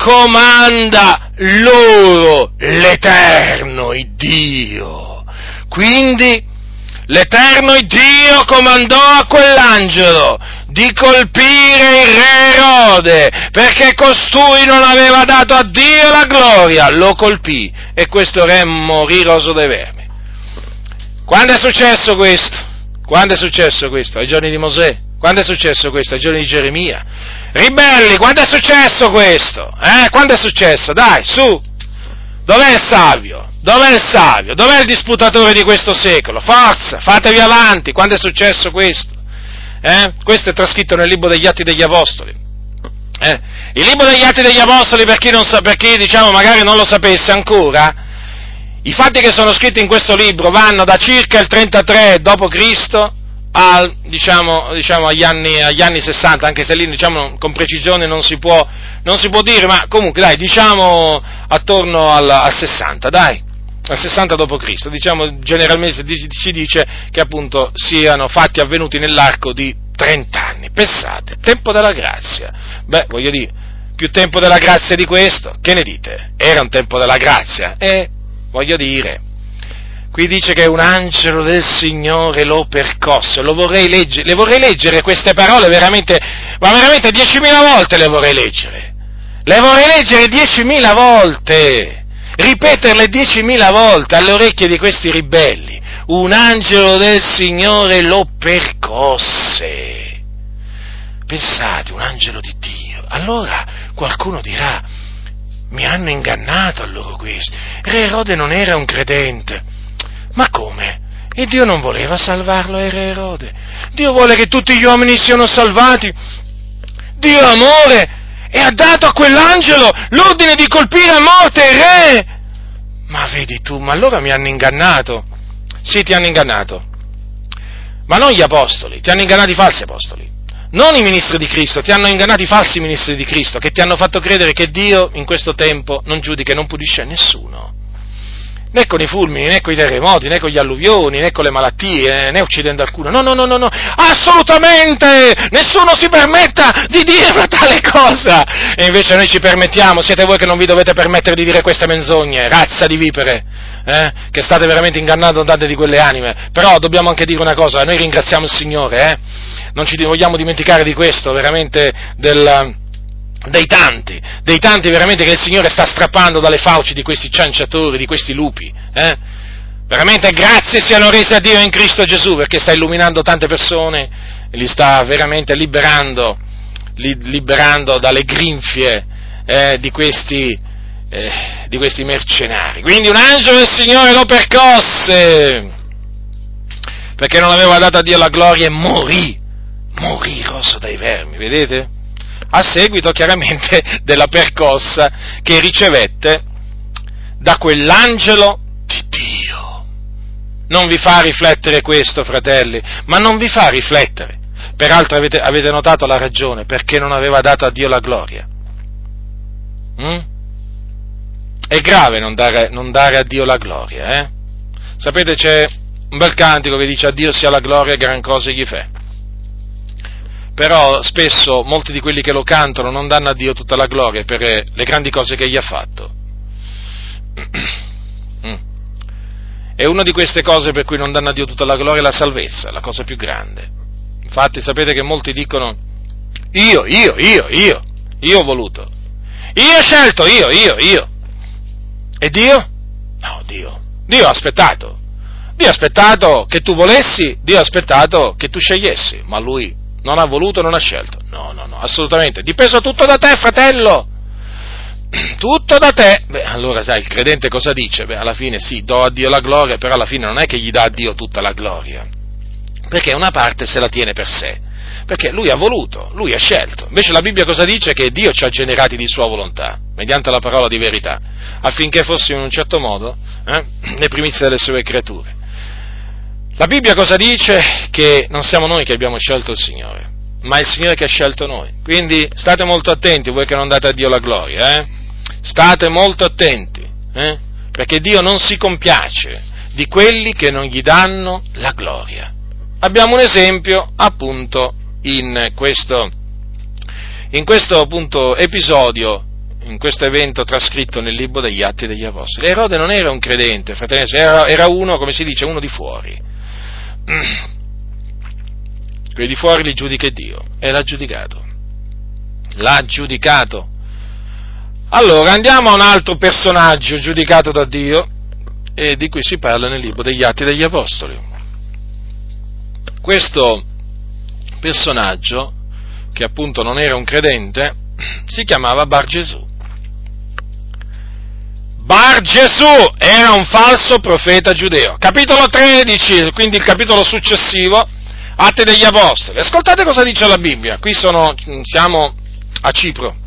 comanda loro, l'Eterno Iddio. Quindi l'Eterno Iddio comandò a quell'angelo di colpire il re Erode, perché costui non aveva dato a Dio la gloria, lo colpì, e questo re morì roso dai vermi. Quando è successo questo? Quando è successo questo? Ai giorni di Mosè? Quando è successo questo? Ai giorni di Geremia? Ribelli, quando è successo questo? Eh? Quando è successo? Dai, su! Dov'è il savio? Dov'è il savio? Dov'è il disputatore di questo secolo? Forza, fatevi avanti, quando è successo questo? Eh? Questo è trascritto nel libro degli Atti degli Apostoli. Eh? Il libro degli Atti degli Apostoli, per chi, non sa, per chi diciamo magari non lo sapesse ancora, i fatti che sono scritti in questo libro vanno da circa il trentatré dopo Cristo al, diciamo, diciamo agli, anni, agli anni sessanta, anche se lì diciamo con precisione non si può, non si può dire, ma comunque dai, diciamo attorno al, al sessanta, dai. Al sessanta dopo Cristo, diciamo generalmente si dice che appunto siano fatti avvenuti nell'arco di trenta anni. Pensate, tempo della grazia. Beh, voglio dire, più tempo della grazia di questo, che ne dite? Era un tempo della grazia? E, voglio dire, qui dice che un angelo del Signore lo percosse, lo vorrei leggere, le vorrei leggere queste parole veramente, ma veramente diecimila volte le vorrei leggere. Le vorrei leggere diecimila volte. Ripeterle diecimila volte alle orecchie di questi ribelli. Un angelo del Signore lo percosse. Pensate, un angelo di Dio. Allora qualcuno dirà, mi hanno ingannato a loro questi. Re Erode non era un credente. Ma come? E Dio non voleva salvarlo, Re Erode? Dio vuole che tutti gli uomini siano salvati. Dio è amore. E ha dato a quell'angelo l'ordine di colpire a morte il re. Ma vedi tu, ma allora mi hanno ingannato. Sì, ti hanno ingannato. ma non gli apostoli, ti hanno ingannati i falsi apostoli, non i ministri di Cristo, ti hanno ingannati i falsi ministri di Cristo, che ti hanno fatto credere che Dio in questo tempo non giudica e non punisce nessuno, né con i fulmini, né con i terremoti, né con gli alluvioni, né con le malattie, né uccidendo alcuno. No, no, no, no, no, assolutamente! Nessuno si permetta di dire una tale cosa! E invece noi ci permettiamo, siete voi che non vi dovete permettere di dire queste menzogne, razza di vipere, eh? Che state veramente ingannando tante di quelle anime. Però dobbiamo anche dire una cosa, noi ringraziamo il Signore, eh? Non ci vogliamo dimenticare di questo, veramente, del... dei tanti, dei tanti veramente che il Signore sta strappando dalle fauci di questi cianciatori, di questi lupi, eh? Veramente grazie siano rese a Dio in Cristo Gesù, perché sta illuminando tante persone e li sta veramente liberando, li, liberando dalle grinfie eh, di questi, eh, di questi mercenari. Quindi un angelo del Signore lo percosse, perché non aveva dato a Dio la gloria e morì, morì roso dai vermi, vedete? A seguito chiaramente della percossa che ricevette da quell'angelo di Dio. Non vi fa riflettere questo, fratelli, ma non vi fa riflettere. Peraltro avete, avete notato la ragione, perché non aveva dato a Dio la gloria. Mm? È grave non dare, non dare a Dio la gloria, eh? Sapete, c'è un bel cantico che dice: a Dio sia la gloria e gran cose gli fa. Però spesso molti di quelli che lo cantano non danno a Dio tutta la gloria per le grandi cose che gli ha fatto. E una di queste cose per cui non danno a Dio tutta la gloria è la salvezza, la cosa più grande. Infatti sapete che molti dicono: io, io, io, io, io ho voluto, io ho scelto, io, io, io. E Dio? No, Dio. Dio ha aspettato. Dio ha aspettato che tu volessi, Dio ha aspettato che tu scegliessi, ma Lui non ha voluto, non ha scelto. No, no, no, assolutamente. Dipeso tutto da te, fratello. Tutto da te. Beh, allora sai, il credente cosa dice? Beh, alla fine sì, do a Dio la gloria, però alla fine non è che gli dà a Dio tutta la gloria, perché una parte se la tiene per sé, perché Lui ha voluto, Lui ha scelto. Invece la Bibbia cosa dice? Che Dio ci ha generati di sua volontà, mediante la parola di verità, affinché fossimo in un certo modo eh, le primizie delle sue creature. La Bibbia cosa dice? Che non siamo noi che abbiamo scelto il Signore, ma è il Signore che ha scelto noi. Quindi state molto attenti voi che non date a Dio la gloria, eh? State molto attenti, eh? Perché Dio non si compiace di quelli che non gli danno la gloria. Abbiamo un esempio appunto in questo, in questo appunto episodio, in questo evento trascritto nel libro degli Atti degli Apostoli. Erode non era un credente, fratelli, era, era uno, come si dice, uno di fuori. Quelli di fuori li giudica Dio, e l'ha giudicato. L'ha giudicato. Allora, andiamo a un altro personaggio giudicato da Dio, e di cui si parla nel libro degli Atti degli Apostoli. Questo personaggio, che appunto non era un credente, si chiamava Bar Gesù. Bar Gesù era un falso profeta giudeo. Capitolo tredici, quindi il capitolo successivo, Atti degli Apostoli. Ascoltate cosa dice la Bibbia. Qui sono, siamo a Cipro.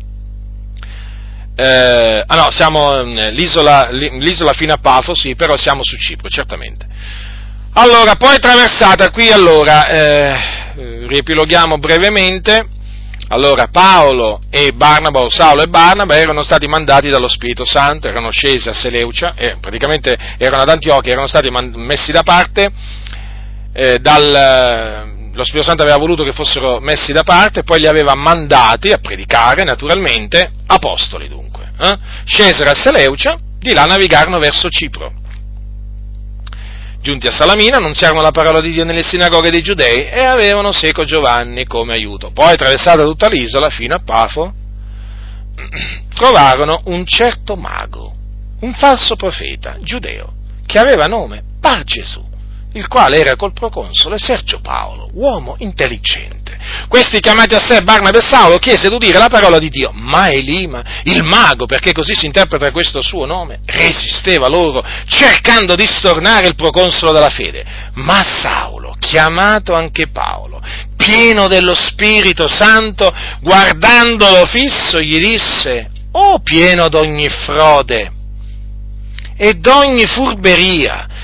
Eh, ah no, siamo l'isola, l'isola fino a Pafo, sì, però siamo su Cipro, certamente. Allora, poi traversata qui, allora, eh, riepiloghiamo brevemente. Allora, Paolo e Barnaba, o Saulo e Barnaba, erano stati mandati dallo Spirito Santo, erano scesi a Seleucia, e praticamente erano ad Antiochia, erano stati man- messi da parte, eh, dal... Lo Spirito Santo aveva voluto che fossero messi da parte, poi li aveva mandati a predicare, naturalmente, apostoli dunque. Eh? Scesero a Seleucia, di là navigarono verso Cipro. Giunti a Salamina, annunziarono la parola di Dio nelle sinagoghe dei Giudei e avevano seco Giovanni come aiuto. Poi, attraversata tutta l'isola, fino a Pafo, trovarono un certo mago, un falso profeta giudeo, che aveva nome Bar Gesù, il quale era col proconsole Sergio Paolo, uomo intelligente. Questi, chiamati a sé Barnaba e Saulo, chiese d'udire la parola di Dio, ma Elima, il mago, perché così si interpreta questo suo nome, resisteva loro, cercando di stornare il proconsolo della fede. Ma Saulo, chiamato anche Paolo, pieno dello Spirito Santo, guardandolo fisso, gli disse: «O pieno d'ogni frode e d'ogni furberia,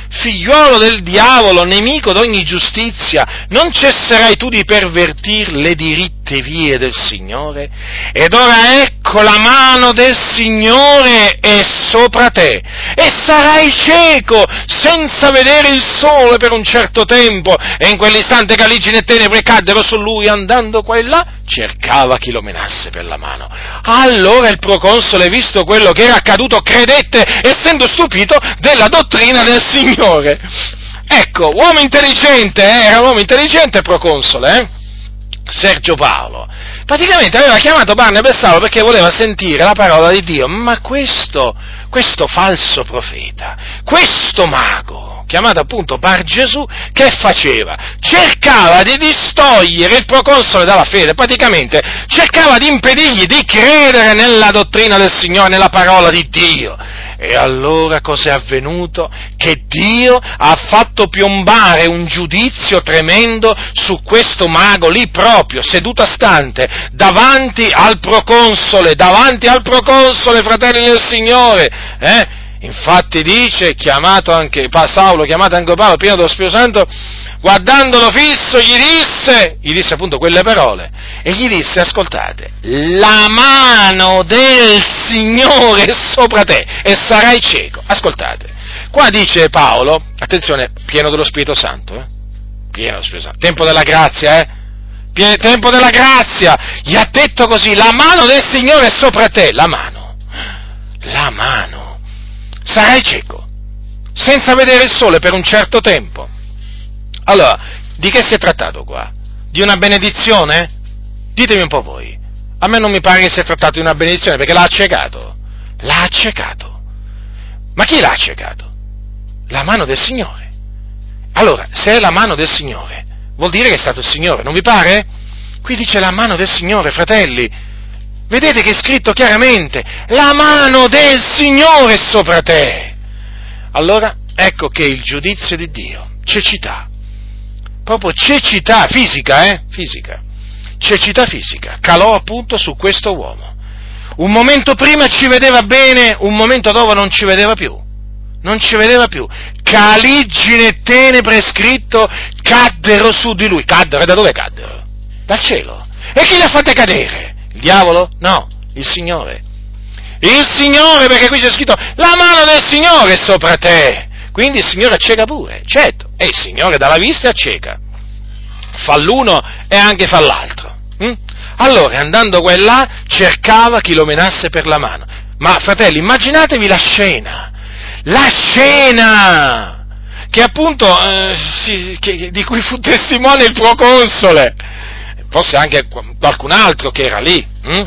figliuolo del diavolo, nemico d'ogni giustizia, non cesserai tu di pervertir le diritte vie del Signore? Ed ora ecco la mano del Signore è sopra te, e sarai cieco, senza vedere il sole per un certo tempo. E in quell'istante caligine e tenebre caddero su lui, andando qua e là, cercava chi lo menasse per la mano. Allora il proconsole, visto quello che era accaduto, credette, essendo stupito della dottrina del Signore. Ecco, uomo intelligente, eh? Era un uomo intelligente il proconsole, eh? Sergio Paolo. Praticamente aveva chiamato Barnaba e Saulo perché voleva sentire la parola di Dio, ma questo, questo falso profeta, questo mago, chiamato appunto Bar Gesù, che faceva? Cercava di distogliere il proconsole dalla fede, praticamente cercava di impedirgli di credere nella dottrina del Signore, nella parola di Dio. E allora cos'è avvenuto? Che Dio ha fatto piombare un giudizio tremendo su questo mago lì proprio, seduto a stante, davanti al proconsole, davanti al proconsole, fratelli del Signore, eh? Infatti dice, chiamato anche Saulo, chiamato anche Paolo, pieno dello Spirito Santo, guardandolo fisso, gli disse, gli disse appunto quelle parole, e gli disse, ascoltate, la mano del Signore è sopra te, e sarai cieco. Ascoltate, qua dice Paolo, attenzione, pieno dello Spirito Santo, eh? Pieno dello Spirito Santo, tempo della grazia, eh? Pieno, tempo della grazia, gli ha detto così, la mano del Signore è sopra te, la mano, la mano. Sarai cieco, senza vedere il sole per un certo tempo. Allora, di che si è trattato qua? Di una benedizione? Ditemi un po' voi. A me non mi pare che sia trattato di una benedizione, perché l'ha accecato. L'ha accecato. Ma chi l'ha accecato? La mano del Signore. Allora, se è la mano del Signore, vuol dire che è stato il Signore, non vi pare? Qui dice la mano del Signore, fratelli. Vedete che è scritto chiaramente, la mano del Signore è sopra te. Allora, ecco che il giudizio di Dio, cecità, proprio cecità fisica, eh, fisica, cecità fisica, calò appunto su questo uomo. Un momento prima ci vedeva bene, un momento dopo non ci vedeva più, non ci vedeva più. Caligine e tenebre, scritto, caddero su di lui. Caddero, e da dove caddero? Dal cielo. E chi li ha fatte cadere? Il diavolo? No, il Signore. Il Signore, perché qui c'è scritto, la mano del Signore è sopra te. Quindi il Signore acceca pure, certo. E il Signore dà la vista e acceca. Fa l'uno e anche fa l'altro. Hm? Allora, andando qua e là, cercava chi lo menasse per la mano. Ma, fratelli, immaginatevi la scena. La scena! Che appunto, eh, si, che, di cui fu testimone il proconsole. Forse anche qualcun altro che era lì. Hm?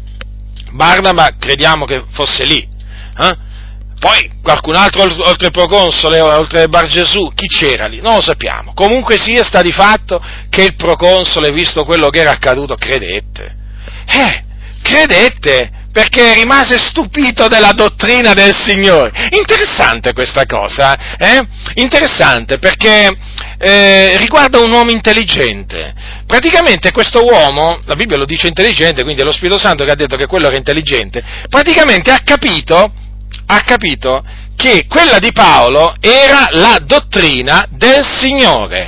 Barnaba crediamo che fosse lì. Eh? Poi qualcun altro oltre il proconsole, oltre Bar Gesù, chi c'era lì? Non lo sappiamo. Comunque sia, sta di fatto che il proconsole, visto quello che era accaduto, credette. Eh, credette, perché rimase stupito della dottrina del Signore. Interessante questa cosa, eh? Interessante, perché eh, riguarda un uomo intelligente. Praticamente questo uomo, la Bibbia lo dice intelligente, quindi è lo Spirito Santo che ha detto che quello era intelligente, praticamente ha capito, ha capito che quella di Paolo era la dottrina del Signore.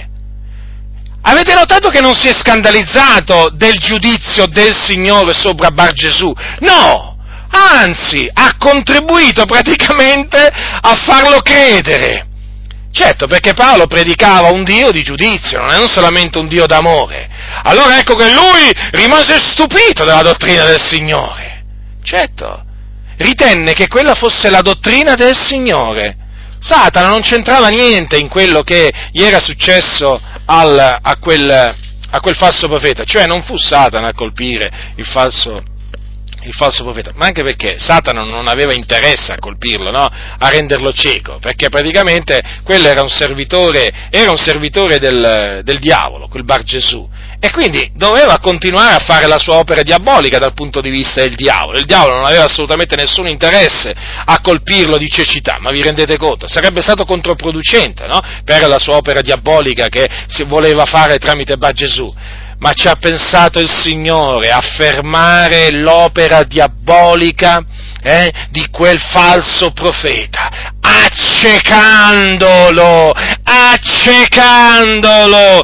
Avete notato che non si è scandalizzato del giudizio del Signore sopra Bar Gesù? No! Anzi, ha contribuito praticamente a farlo credere. Certo, perché Paolo predicava un Dio di giudizio, non solamente un Dio d'amore. Allora ecco che lui rimase stupito della dottrina del Signore. Certo, ritenne che quella fosse la dottrina del Signore. Satana non c'entrava niente in quello che gli era successo al, a, quel, a quel falso profeta, cioè non fu Satana a colpire il falso, il falso profeta, ma anche perché Satana non aveva interesse a colpirlo, no? A renderlo cieco, perché praticamente quello era un servitore, era un servitore del, del diavolo, quel Bar Gesù, e quindi doveva continuare a fare la sua opera diabolica dal punto di vista del diavolo. Il diavolo non aveva assolutamente nessun interesse a colpirlo di cecità, ma vi rendete conto? Sarebbe stato controproducente, no? Per la sua opera diabolica che si voleva fare tramite Bar Gesù. Ma ci ha pensato il Signore a fermare l'opera diabolica eh, di quel falso profeta, accecandolo, accecandolo,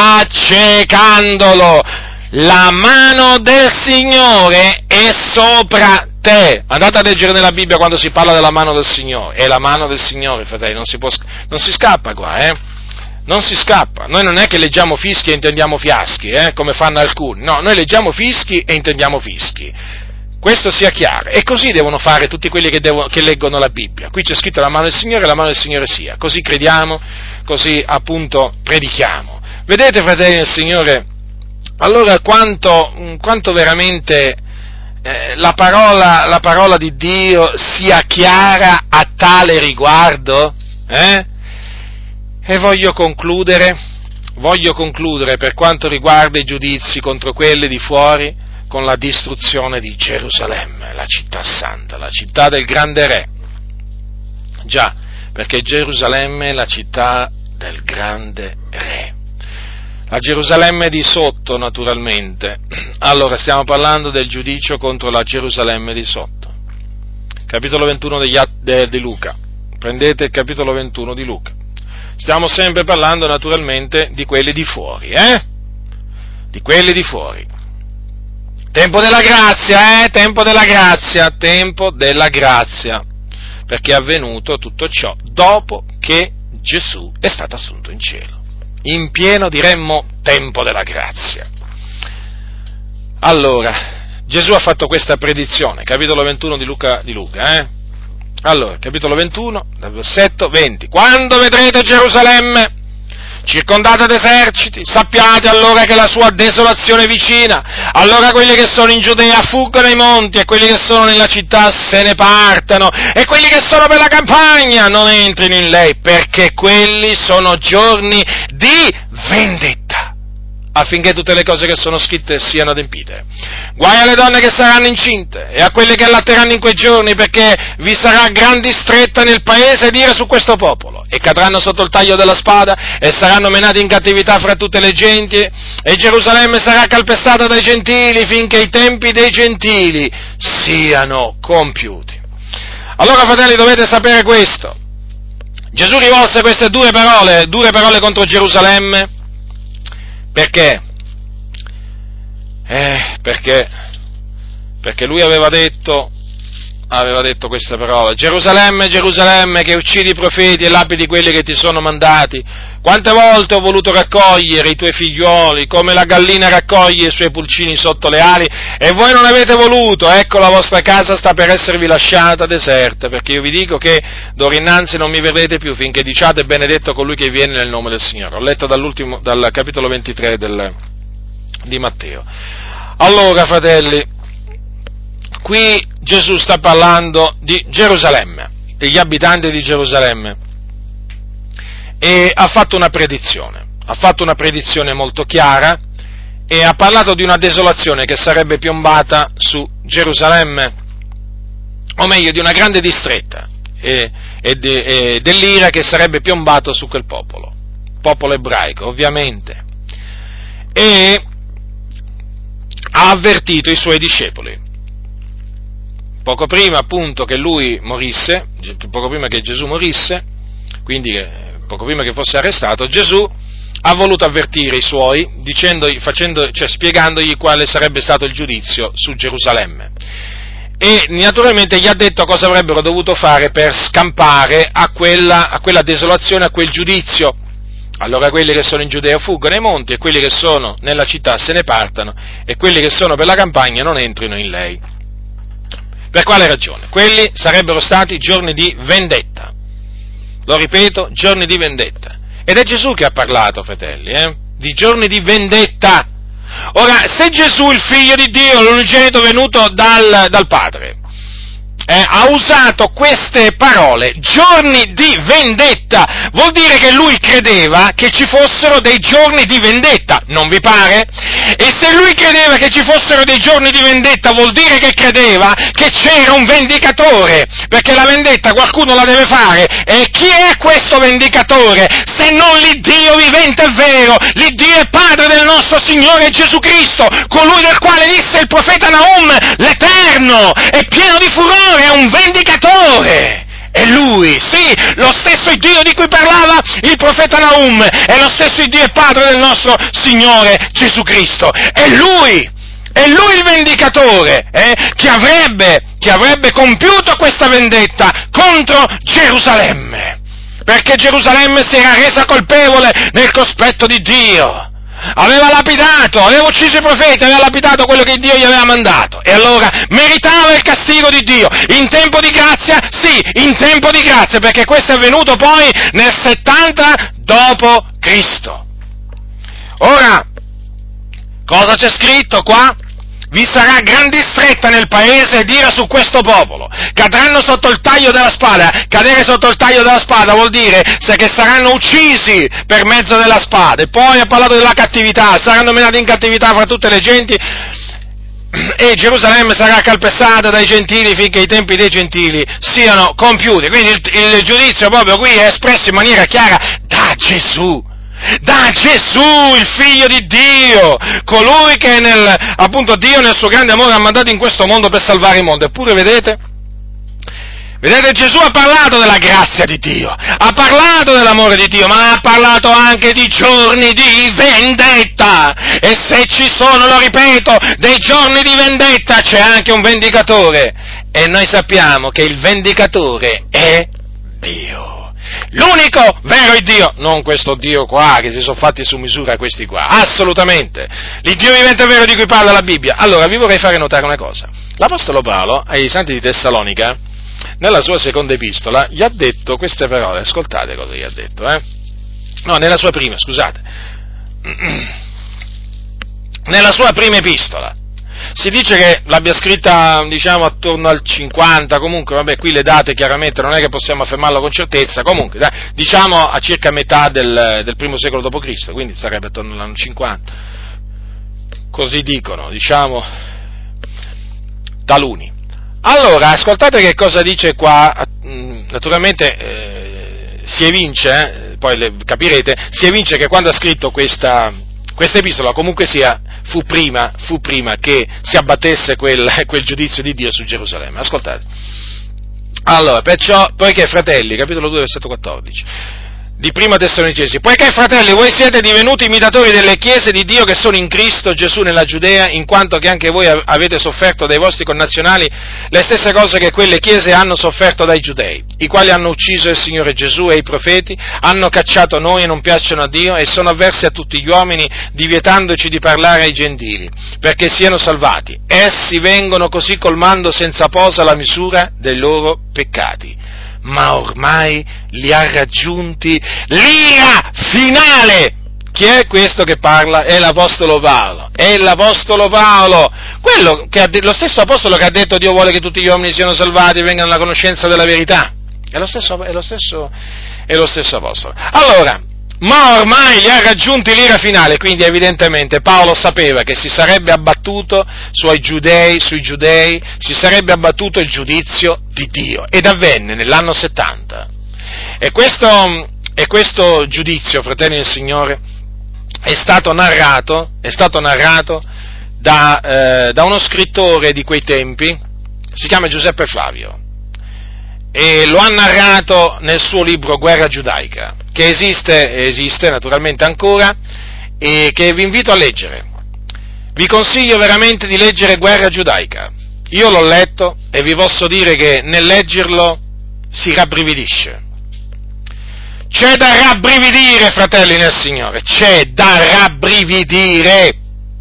accecandolo. La mano del Signore è sopra te. Andate a leggere nella Bibbia quando si parla della mano del Signore. È la mano del Signore, fratelli, non si può, non si scappa qua, eh? Non si scappa. Noi non è che leggiamo fischi e intendiamo fiaschi, eh? Come fanno alcuni. No, noi leggiamo fischi e intendiamo fischi. Questo sia chiaro. E così devono fare tutti quelli che, devono, che leggono la Bibbia. Qui c'è scritto la mano del Signore e la mano del Signore sia. Così crediamo, così appunto predichiamo. Vedete, fratelli del Signore, allora quanto, quanto veramente eh, la, parola, la parola di Dio sia chiara a tale riguardo? Eh? E voglio concludere, voglio concludere per quanto riguarda i giudizi contro quelli di fuori con la distruzione di Gerusalemme, la città santa, la città del grande re. Già, perché Gerusalemme è la città del grande re. La Gerusalemme di sotto, naturalmente. Allora, stiamo parlando del giudizio contro la Gerusalemme di sotto. Capitolo ventuno degli Atti de, di Luca. Prendete il capitolo ventuno di Luca. Stiamo sempre parlando, naturalmente, di quelli di fuori, eh? Di quelli di fuori. Tempo della grazia, eh? Tempo della grazia, tempo della grazia. Perché è avvenuto tutto ciò dopo che Gesù è stato assunto in cielo. In pieno, diremmo, tempo della grazia. Allora, Gesù ha fatto questa predizione, capitolo ventuno di Luca, di Luca, eh? Allora, capitolo ventuno, dal versetto venti. Quando vedrete Gerusalemme circondata d'eserciti, sappiate allora che la sua desolazione è vicina. Allora quelli che sono in Giudea fuggono ai monti, e quelli che sono nella città se ne partano, e quelli che sono per la campagna non entrino in lei, perché quelli sono giorni di vendetta, affinché tutte le cose che sono scritte siano adempite. Guai alle donne che saranno incinte e a quelle che allatteranno in quei giorni, perché vi sarà gran distretta nel paese ed ira su questo popolo, e cadranno sotto il taglio della spada e saranno menati in cattività fra tutte le genti, e Gerusalemme sarà calpestata dai gentili finché i tempi dei gentili siano compiuti. Allora, fratelli, dovete sapere questo. Gesù rivolse queste dure parole, dure parole contro Gerusalemme. Perché? Eh, perché? Perché lui aveva detto, aveva detto queste parole: Gerusalemme, Gerusalemme, che uccidi i profeti e lapidi quelli che ti sono mandati. Quante volte ho voluto raccogliere i tuoi figliuoli, come la gallina raccoglie i suoi pulcini sotto le ali, e voi non avete voluto. Ecco, la vostra casa sta per esservi lasciata deserta, perché io vi dico che d'ora innanzi non mi vedrete più, finché diciate benedetto colui che viene nel nome del Signore. Ho letto dall'ultimo, dal capitolo ventitré del, di Matteo. Allora, fratelli, qui Gesù sta parlando di Gerusalemme, degli abitanti di Gerusalemme, e ha fatto una predizione, ha fatto una predizione molto chiara, e ha parlato di una desolazione che sarebbe piombata su Gerusalemme, o meglio, di una grande distretta, e, e, de, e dell'ira che sarebbe piombato su quel popolo, popolo ebraico, ovviamente, e ha avvertito i suoi discepoli. Poco prima, appunto, che lui morisse, poco prima che Gesù morisse, quindi poco prima che fosse arrestato, Gesù ha voluto avvertire i suoi, dicendogli, facendo, cioè spiegandogli quale sarebbe stato il giudizio su Gerusalemme. E naturalmente gli ha detto cosa avrebbero dovuto fare per scampare a quella, a quella desolazione, a quel giudizio. Allora quelli che sono in Giudea fuggono ai monti, e quelli che sono nella città se ne partano, e quelli che sono per la campagna non entrino in lei. Per quale ragione? Quelli sarebbero stati giorni di vendetta. Lo ripeto, giorni di vendetta. Ed è Gesù che ha parlato, fratelli, eh? Di giorni di vendetta. Ora, se Gesù, il figlio di Dio, l'unigenito venuto dal, dal Padre, eh, ha usato queste parole, giorni di vendetta, vuol dire che lui credeva che ci fossero dei giorni di vendetta, non vi pare? E se lui credeva che ci fossero dei giorni di vendetta, vuol dire che credeva che c'era un vendicatore, perché la vendetta qualcuno la deve fare, e chi è questo vendicatore? Se non l'Iddio vivente e vero, l'Iddio e Padre del nostro Signore Gesù Cristo, colui del quale disse il profeta Naum, l'Eterno inganno, è pieno di furore, è un vendicatore. È lui, sì, lo stesso Dio di cui parlava il profeta Naum, è lo stesso Dio e Padre del nostro Signore Gesù Cristo. È lui, è lui il vendicatore, eh, che avrebbe, che avrebbe compiuto questa vendetta contro Gerusalemme. Perché Gerusalemme si era resa colpevole nel cospetto di Dio, aveva lapidato, aveva ucciso i profeti, aveva lapidato quello che Dio gli aveva mandato, e allora meritava il castigo di Dio, in tempo di grazia, sì, in tempo di grazia, perché questo è avvenuto poi nel settanta dopo Cristo. Ora, cosa c'è scritto qua? Vi sarà gran distretta nel paese ed ira su questo popolo, cadranno sotto il taglio della spada. Cadere sotto il taglio della spada vuol dire che saranno uccisi per mezzo della spada. E poi ha parlato della cattività, saranno menati in cattività fra tutte le genti, e Gerusalemme sarà calpestata dai gentili finché i tempi dei gentili siano compiuti. Quindi il, il giudizio proprio qui è espresso in maniera chiara da Gesù. Da Gesù, il Figlio di Dio, colui che nel, appunto Dio nel suo grande amore ha mandato in questo mondo per salvare il mondo. Eppure vedete, vedete Gesù ha parlato della grazia di Dio, ha parlato dell'amore di Dio, ma ha parlato anche di giorni di vendetta, e se ci sono, lo ripeto, dei giorni di vendetta c'è anche un vendicatore, e noi sappiamo che il vendicatore è Dio. L'unico vero Dio, non questo Dio qua che si sono fatti su misura questi qua, assolutamente. L'Iddio vivente vero di cui parla la Bibbia. Allora vi vorrei fare notare una cosa. L'Apostolo Paolo ai Santi di Tessalonica, nella sua seconda epistola, gli ha detto queste parole. Ascoltate cosa gli ha detto, eh? No, nella sua prima, scusate. Nella sua prima epistola. Si dice che l'abbia scritta, diciamo, attorno al cinquanta, comunque, vabbè, qui le date chiaramente non è che possiamo affermarlo con certezza, comunque, dai, diciamo a circa metà del, del primo secolo dopo Cristo, quindi sarebbe attorno all'anno cinquanta, così dicono, diciamo, taluni. Allora, ascoltate che cosa dice qua, naturalmente eh, si evince, eh, poi le, capirete, si evince che quando ha scritto questa, questa epistola, comunque sia, fu prima, fu prima che si abbattesse quel, quel giudizio di Dio su Gerusalemme. Ascoltate. Allora, perciò, poiché fratelli, capitolo due, versetto quattordici, di Prima Tessalonicesi, poiché fratelli voi siete divenuti imitatori delle chiese di Dio che sono in Cristo Gesù nella Giudea, in quanto che anche voi avete sofferto dai vostri connazionali le stesse cose che quelle chiese hanno sofferto dai giudei, i quali hanno ucciso il Signore Gesù e i profeti, hanno cacciato noi e non piacciono a Dio, e sono avversi a tutti gli uomini, divietandoci di parlare ai gentili, perché siano salvati. Essi vengono così colmando senza posa la misura dei loro peccati. Ma ormai li ha raggiunti l'ira finale. Chi è questo che parla? È l'Apostolo Paolo, è l'Apostolo Paolo, quello che ha de- lo stesso Apostolo che ha detto Dio vuole che tutti gli uomini siano salvati e vengano alla conoscenza della verità, è lo stesso, è lo stesso, è lo stesso Apostolo. Allora, ma ormai li ha raggiunti l'ira finale, quindi evidentemente Paolo sapeva che si sarebbe abbattuto sui giudei, sui giudei, si sarebbe abbattuto il giudizio di Dio, ed avvenne nell'anno settanta. E questo, e questo giudizio, fratelli del Signore, è stato narrato, è stato narrato da, eh, da uno scrittore di quei tempi, si chiama Giuseppe Flavio, e lo ha narrato nel suo libro Guerra giudaica, che esiste, esiste naturalmente ancora, e che vi invito a leggere. Vi consiglio veramente di leggere Guerra giudaica. Io l'ho letto e vi posso dire che nel leggerlo si rabbrividisce. C'è da rabbrividire, fratelli nel Signore, c'è da rabbrividire,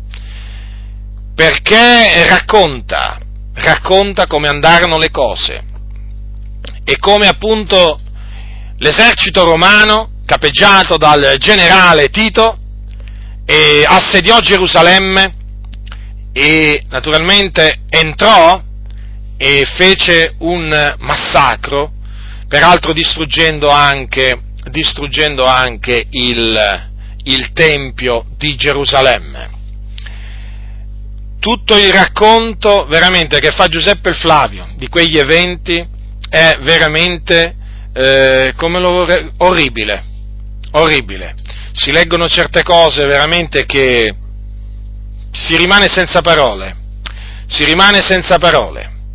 perché racconta, racconta come andarono le cose, e come appunto l'esercito romano, capeggiato dal generale Tito, e assediò Gerusalemme e naturalmente entrò e fece un massacro, peraltro distruggendo anche, distruggendo anche il, il Tempio di Gerusalemme. Tutto il racconto veramente che fa Giuseppe Flavio di quegli eventi è veramente eh, come lo, orribile, orribile. Si leggono certe cose veramente che si rimane senza parole, si rimane senza parole.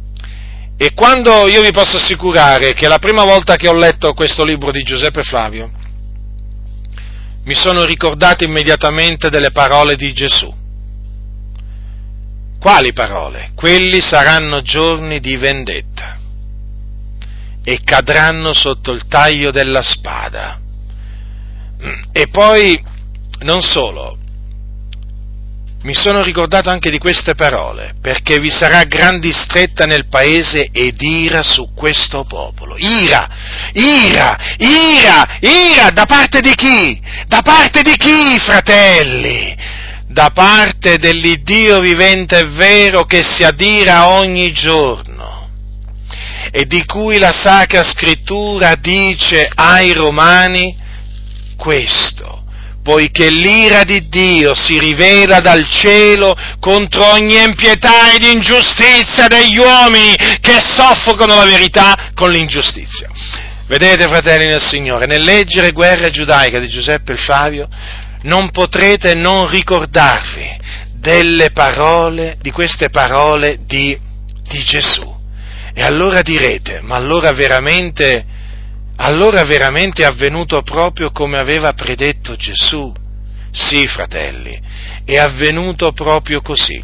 E quando io vi posso assicurare che la prima volta che ho letto questo libro di Giuseppe Flavio, mi sono ricordato immediatamente delle parole di Gesù. Quali parole? Quelli saranno giorni di vendetta e cadranno sotto il taglio della spada. E poi, non solo, mi sono ricordato anche di queste parole, perché vi sarà gran distretta nel paese ed ira su questo popolo. Ira, ira, ira, ira, da parte di chi? Da parte di chi, fratelli? Da parte dell'Iddio vivente e vero che si adira ogni giorno e di cui la Sacra Scrittura dice ai Romani questo: poiché l'ira di Dio si rivela dal cielo contro ogni impietà ed ingiustizia degli uomini che soffocano la verità con l'ingiustizia. Vedete, fratelli nel Signore, nel leggere Guerra giudaica di Giuseppe Flavio non potrete non ricordarvi delle parole, di queste parole di, di Gesù. E allora direte, ma allora veramente, allora veramente è avvenuto proprio come aveva predetto Gesù? Sì, fratelli, è avvenuto proprio così.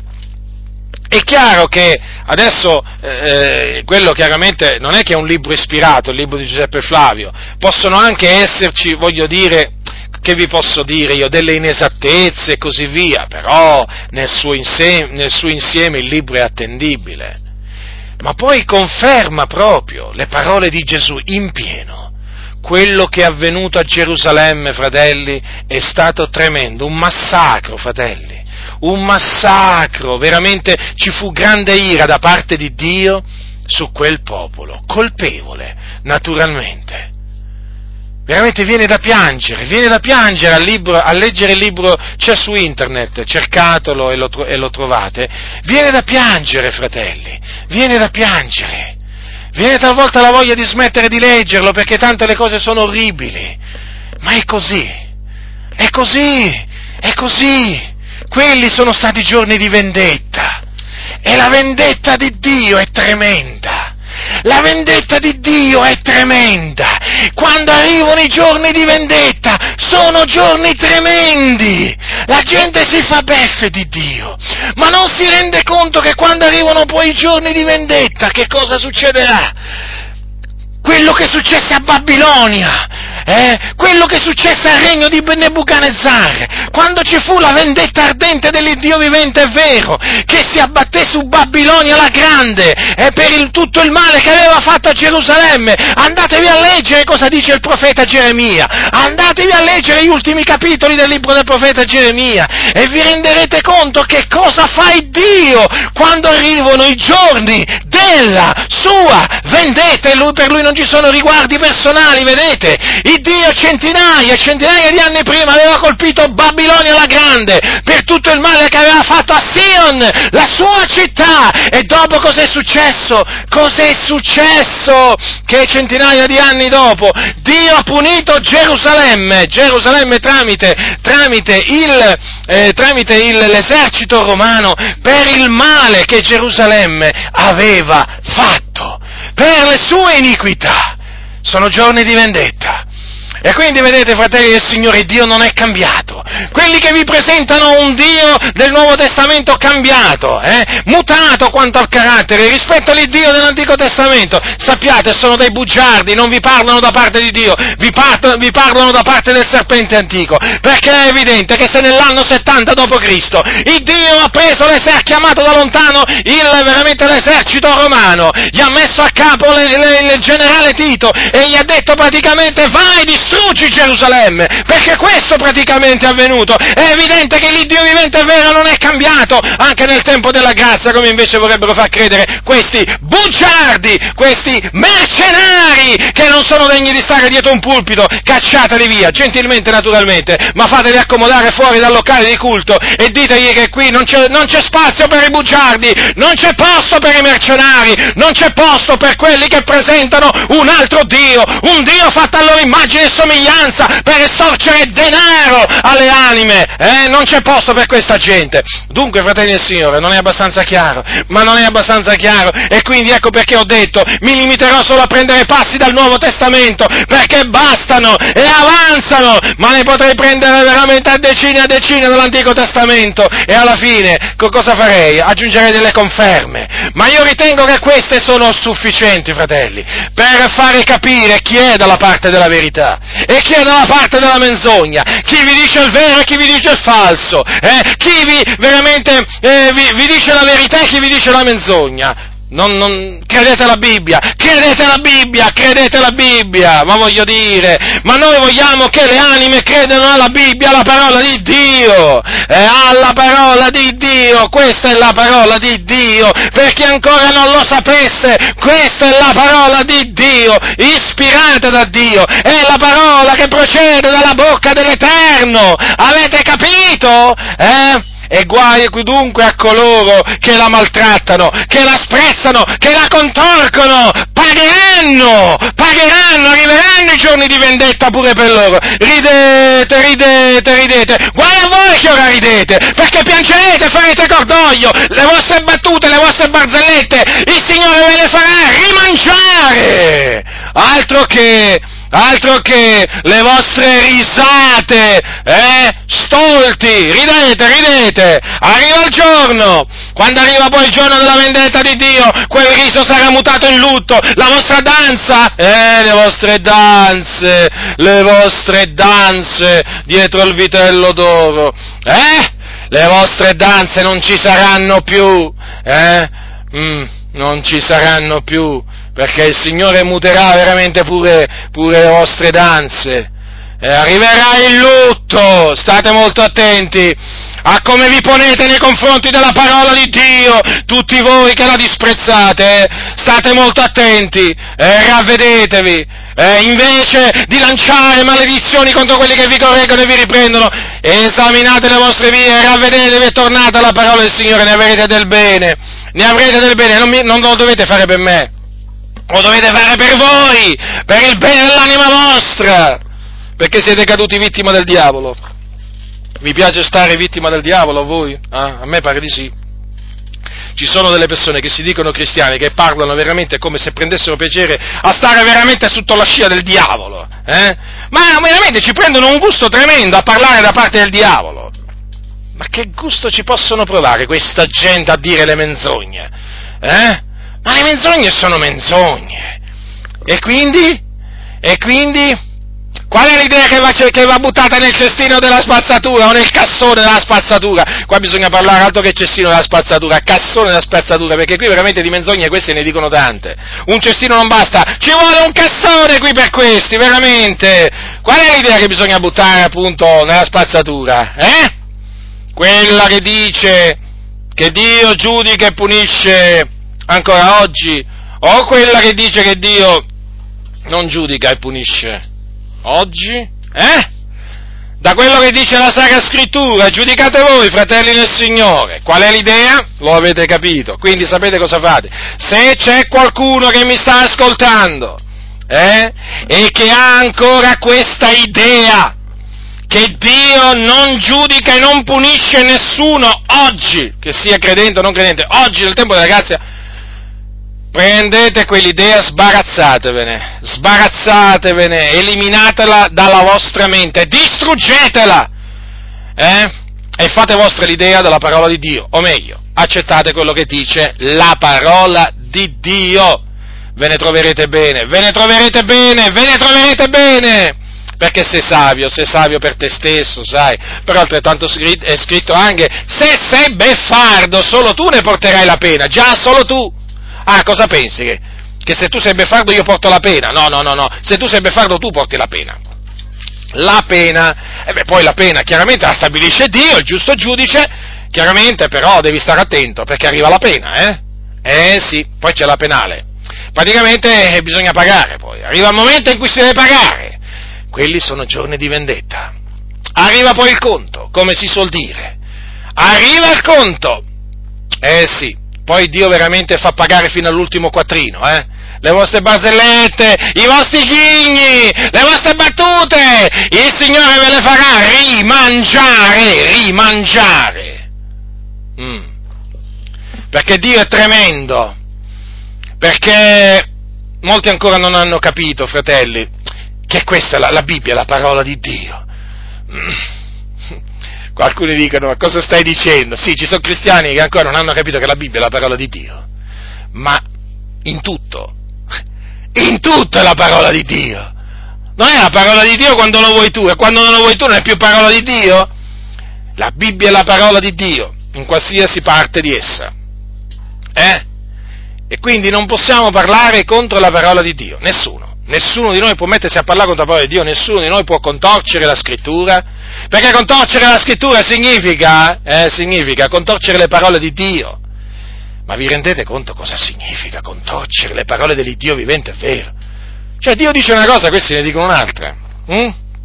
È chiaro che adesso eh, quello chiaramente non è che è un libro ispirato, il libro di Giuseppe Flavio, possono anche esserci, voglio dire, che vi posso dire io, delle inesattezze e così via, però nel suo, insieme, nel suo insieme il libro è attendibile. Ma poi conferma proprio le parole di Gesù in pieno. Quello che è avvenuto a Gerusalemme, fratelli, è stato tremendo, un massacro, fratelli, un massacro, veramente ci fu grande ira da parte di Dio su quel popolo, colpevole, naturalmente. Veramente viene da piangere, viene da piangere al libro, a leggere il libro, c'è su internet, cercatelo e lo, e lo trovate, viene da piangere, fratelli, viene da piangere, viene talvolta la voglia di smettere di leggerlo perché tante le cose sono orribili, ma è così, è così, è così, quelli sono stati giorni di vendetta, e la vendetta di Dio è tremenda. La vendetta di Dio è tremenda. Quando arrivano i giorni di vendetta, sono giorni tremendi. La gente si fa beffe di Dio, ma non si rende conto che quando arrivano poi i giorni di vendetta, che cosa succederà? Quello che successe a Babilonia, eh? Quello che successe al regno di Nebuchadnezzar, quando ci fu la vendetta ardente dell'Iddio vivente e vero, che si abbatté su Babilonia la grande, e eh, per il, tutto il male che aveva fatto a Gerusalemme. Andatevi a leggere cosa dice il profeta Geremia, andatevi a leggere gli ultimi capitoli del libro del profeta Geremia, e vi renderete conto che cosa fa il Dio quando arrivano i giorni della sua vendetta, e lui, per lui non ci sono riguardi personali, vedete? Il Dio centinaia e centinaia di anni prima aveva colpito Babilonia la grande per tutto il male che aveva fatto a Sion, la sua città, e dopo cos'è successo? Cos'è successo? Che centinaia di anni dopo Dio ha punito Gerusalemme, Gerusalemme tramite, tramite, il, eh, tramite il, l'esercito romano per il male che Gerusalemme aveva fatto, per le sue iniquità. Sono giorni di vendetta. E quindi vedete, fratelli del Signore, Dio non è cambiato. Quelli che vi presentano un Dio del Nuovo Testamento cambiato, eh, mutato quanto al carattere rispetto all'Iddio dell'Antico Testamento, sappiate, sono dei bugiardi, non vi parlano da parte di Dio, vi, part- vi parlano da parte del serpente antico, perché è evidente che se nell'anno settanta dopo Cristo il Dio ha preso l'esercito, ha chiamato da lontano il, veramente l'esercito romano, gli ha messo a capo le, le, il generale Tito e gli ha detto praticamente: vai, distruggi Gerusalemme, perché questo praticamente è avvenuto. È evidente che l'Iddio vivente e vero non è cambiato anche nel tempo della grazia, come invece vorrebbero far credere questi bugiardi, questi mercenari che non sono degni di stare dietro un pulpito. Cacciateli via, gentilmente, naturalmente, ma fateli accomodare fuori dal locale di culto e ditegli che qui non c'è, non c'è spazio per i bugiardi, non c'è posto per i mercenari, non c'è posto per quelli che presentano un altro Dio, un Dio fatto a loro immagine e somiglianza per estorcere denaro alle anime, eh? Non c'è posto per questa gente. Dunque, fratelli del Signore, non è abbastanza chiaro, ma non è abbastanza chiaro, e quindi ecco perché ho detto, mi limiterò solo a prendere passi dal Nuovo Testamento, perché bastano e avanzano, ma ne potrei prendere veramente a decine e a decine dall'Antico Testamento, e alla fine, cosa farei? Aggiungerei delle conferme, ma io ritengo che queste sono sufficienti, fratelli, per fare capire chi è dalla parte della verità, e chi è dalla parte della menzogna, chi vi dice il vero e chi vi dice il falso, eh? Chi vi veramente eh, vi, vi dice la verità e chi vi dice la menzogna. Non, non, credete alla Bibbia, credete alla Bibbia, credete alla Bibbia, ma voglio dire, ma noi vogliamo che le anime credano alla Bibbia, alla parola di Dio, eh, alla parola di Dio, questa è la parola di Dio, per chi ancora non lo sapesse, questa è la parola di Dio, ispirata da Dio, è la parola che procede dalla bocca dell'Eterno, avete capito? Eh? E guai dunque a coloro che la maltrattano, che la sprezzano, che la contorcono, pagheranno, pagheranno, arriveranno i giorni di vendetta pure per loro. Ridete, ridete, ridete, guai a voi che ora ridete, perché piangerete, farete cordoglio, le vostre battute, le vostre barzellette, il Signore ve le farà rimangiare, altro che... altro che le vostre risate, eh, stolti, ridete, ridete, arriva il giorno, quando arriva poi il giorno della vendetta di Dio, quel riso sarà mutato in lutto, la vostra danza, eh, le vostre danze, le vostre danze dietro il vitello d'oro, eh, le vostre danze non ci saranno più, eh, mm, non ci saranno più, perché il Signore muterà veramente pure, pure le vostre danze, eh, arriverà il lutto, state molto attenti a come vi ponete nei confronti della parola di Dio, tutti voi che la disprezzate, eh, state molto attenti, eh, ravvedetevi, eh, invece di lanciare maledizioni contro quelli che vi correggono e vi riprendono, esaminate le vostre vie, ravvedetevi e tornate alla parola del Signore, ne avrete del bene, ne avrete del bene, non, mi, non lo dovete fare per me, lo dovete fare per voi, per il bene dell'anima vostra, perché siete caduti vittima del diavolo. Vi piace stare vittima del diavolo a voi? Ah, a me pare di sì. Ci sono delle persone che si dicono cristiane, che parlano veramente come se prendessero piacere a stare veramente sotto la scia del diavolo, eh? Ma veramente ci prendono un gusto tremendo a parlare da parte del diavolo. Ma che gusto ci possono provare questa gente a dire le menzogne? Eh? Ma le menzogne sono menzogne. E quindi? E quindi? Qual è l'idea che va, che va buttata nel cestino della spazzatura o nel cassone della spazzatura? Qua bisogna parlare altro che cestino della spazzatura, cassone della spazzatura, perché qui veramente di menzogne queste ne dicono tante. Un cestino non basta, ci vuole un cassone qui per questi, veramente. Qual è l'idea che bisogna buttare appunto nella spazzatura? Eh? Quella che dice che Dio giudica e punisce ancora oggi, o quella che dice che Dio non giudica e punisce oggi? Eh? Da quello che dice la Sacra Scrittura, giudicate voi, fratelli nel Signore. Qual è l'idea? Lo avete capito, quindi sapete cosa fate. Se c'è qualcuno che mi sta ascoltando, eh, e che ha ancora questa idea, che Dio non giudica e non punisce nessuno oggi, che sia credente o non credente, oggi nel tempo della grazia, prendete quell'idea, sbarazzatevene, sbarazzatevene, eliminatela dalla vostra mente, distruggetela, eh? E fate vostra l'idea della parola di Dio, o meglio, accettate quello che dice la parola di Dio, ve ne troverete bene, ve ne troverete bene, ve ne troverete bene, perché sei savio, sei savio per te stesso, sai, però altrettanto è scritto anche, se sei beffardo, solo tu ne porterai la pena, già solo tu. Ah, cosa pensi? Che, che se tu sei beffardo io porto la pena? No, no, no, no, se tu sei beffardo tu porti la pena. La pena, e beh, poi la pena chiaramente la stabilisce Dio, il giusto giudice, chiaramente però devi stare attento, perché arriva la pena, eh? Eh sì, poi c'è la penale. Praticamente eh, bisogna pagare poi, arriva il momento in cui si deve pagare. Quelli sono giorni di vendetta. Arriva poi il conto, come si suol dire. Arriva il conto. Eh sì. poi Dio veramente fa pagare fino all'ultimo quattrino, eh? Le vostre barzellette, i vostri ghigni, le vostre battute, il Signore ve le farà rimangiare, rimangiare. Mm. Perché Dio è tremendo, perché molti ancora non hanno capito, fratelli, che questa, la, la Bibbia, è la parola di Dio. Alcuni dicono, ma cosa stai dicendo? Sì, ci sono cristiani che ancora non hanno capito che la Bibbia è la parola di Dio, ma in tutto, in tutto è la parola di Dio. Non è la parola di Dio quando lo vuoi tu, e quando non lo vuoi tu non è più parola di Dio. La Bibbia è la parola di Dio, in qualsiasi parte di essa. Eh? E quindi non possiamo parlare contro la parola di Dio, nessuno. Nessuno di noi può mettersi a parlare contro la parola di Dio, nessuno di noi può contorcere la scrittura, perché contorcere la scrittura significa, eh, significa contorcere le parole di Dio. Ma vi rendete conto cosa significa contorcere le parole dell'Iddio vivente e vero? Cioè Dio dice una cosa, questi ne dicono un'altra. Hm?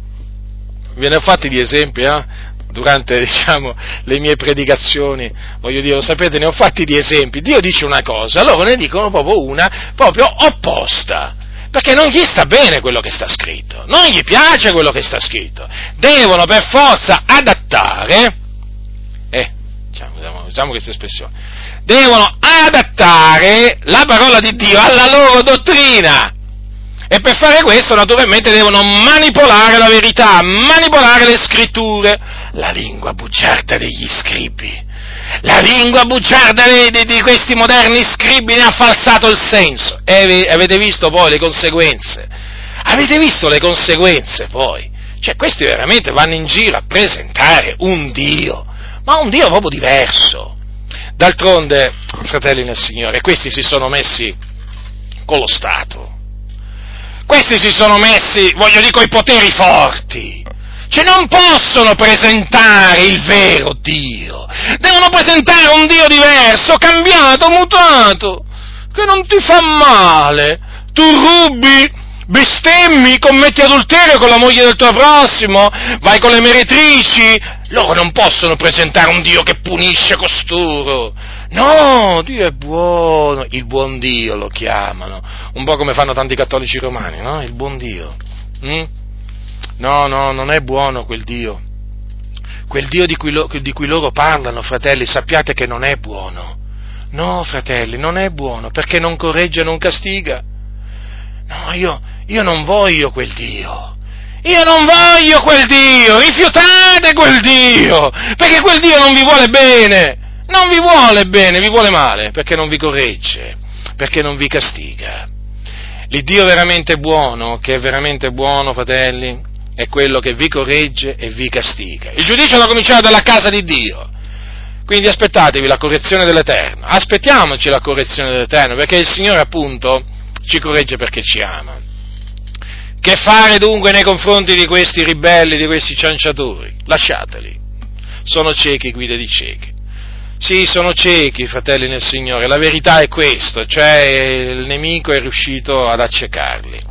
Ve ne ho fatti di esempi, eh? Durante, diciamo, le mie predicazioni, voglio dire, lo sapete, ne ho fatti di esempi. Dio dice una cosa, loro ne dicono proprio una, proprio opposta. Perché non gli sta bene quello che sta scritto, non gli piace quello che sta scritto, devono per forza adattare, eh, diciamo, usiamo questa espressione, devono adattare la parola di Dio alla loro dottrina, e per fare questo naturalmente devono manipolare la verità, manipolare le scritture, la lingua bugiarda degli scribi. La lingua bugiarda di, di, di questi moderni scribi ne ha falsato il senso. E avete visto poi le conseguenze? Avete visto le conseguenze poi? Cioè, questi veramente vanno in giro a presentare un Dio, ma un Dio proprio diverso. D'altronde, fratelli nel Signore, questi si sono messi con lo Stato. Questi si sono messi, voglio dire, coi poteri forti. Cioè non possono presentare il vero Dio, devono presentare un Dio diverso, cambiato, mutato, che non ti fa male. Tu rubi, bestemmi, commetti adulterio con la moglie del tuo prossimo, vai con le meretrici. Loro non possono presentare un Dio che punisce costoro. No, Dio è buono, il buon Dio lo chiamano, un po' come fanno tanti cattolici romani, no? Il buon Dio. Mm? No, no, non è buono quel Dio. Quel Dio di cui, lo, di cui loro parlano, fratelli, sappiate che non è buono. No, fratelli, non è buono, perché non corregge e non castiga. No, io, io non voglio quel Dio. Io non voglio quel Dio. Rifiutate quel Dio, perché quel Dio non vi vuole bene. Non vi vuole bene, vi vuole male, perché non vi corregge, perché non vi castiga. L'Iddio veramente buono, che è veramente buono, fratelli, è quello che vi corregge e vi castiga. Il giudizio da cominciare dalla casa di Dio. Quindi aspettatevi la correzione dell'Eterno. Aspettiamoci la correzione dell'Eterno, perché il Signore appunto ci corregge perché ci ama. Che fare dunque nei confronti di questi ribelli, di questi cianciatori? Lasciateli. Sono ciechi guide di ciechi. Sì, sono ciechi, fratelli nel Signore, la verità è questa, cioè il nemico è riuscito ad accecarli.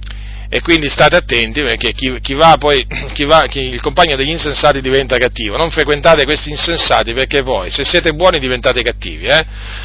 E quindi state attenti, perché chi, chi va poi, chi va, chi, il compagno degli insensati diventa cattivo. Non frequentate questi insensati, perché poi, se siete buoni diventate cattivi, eh?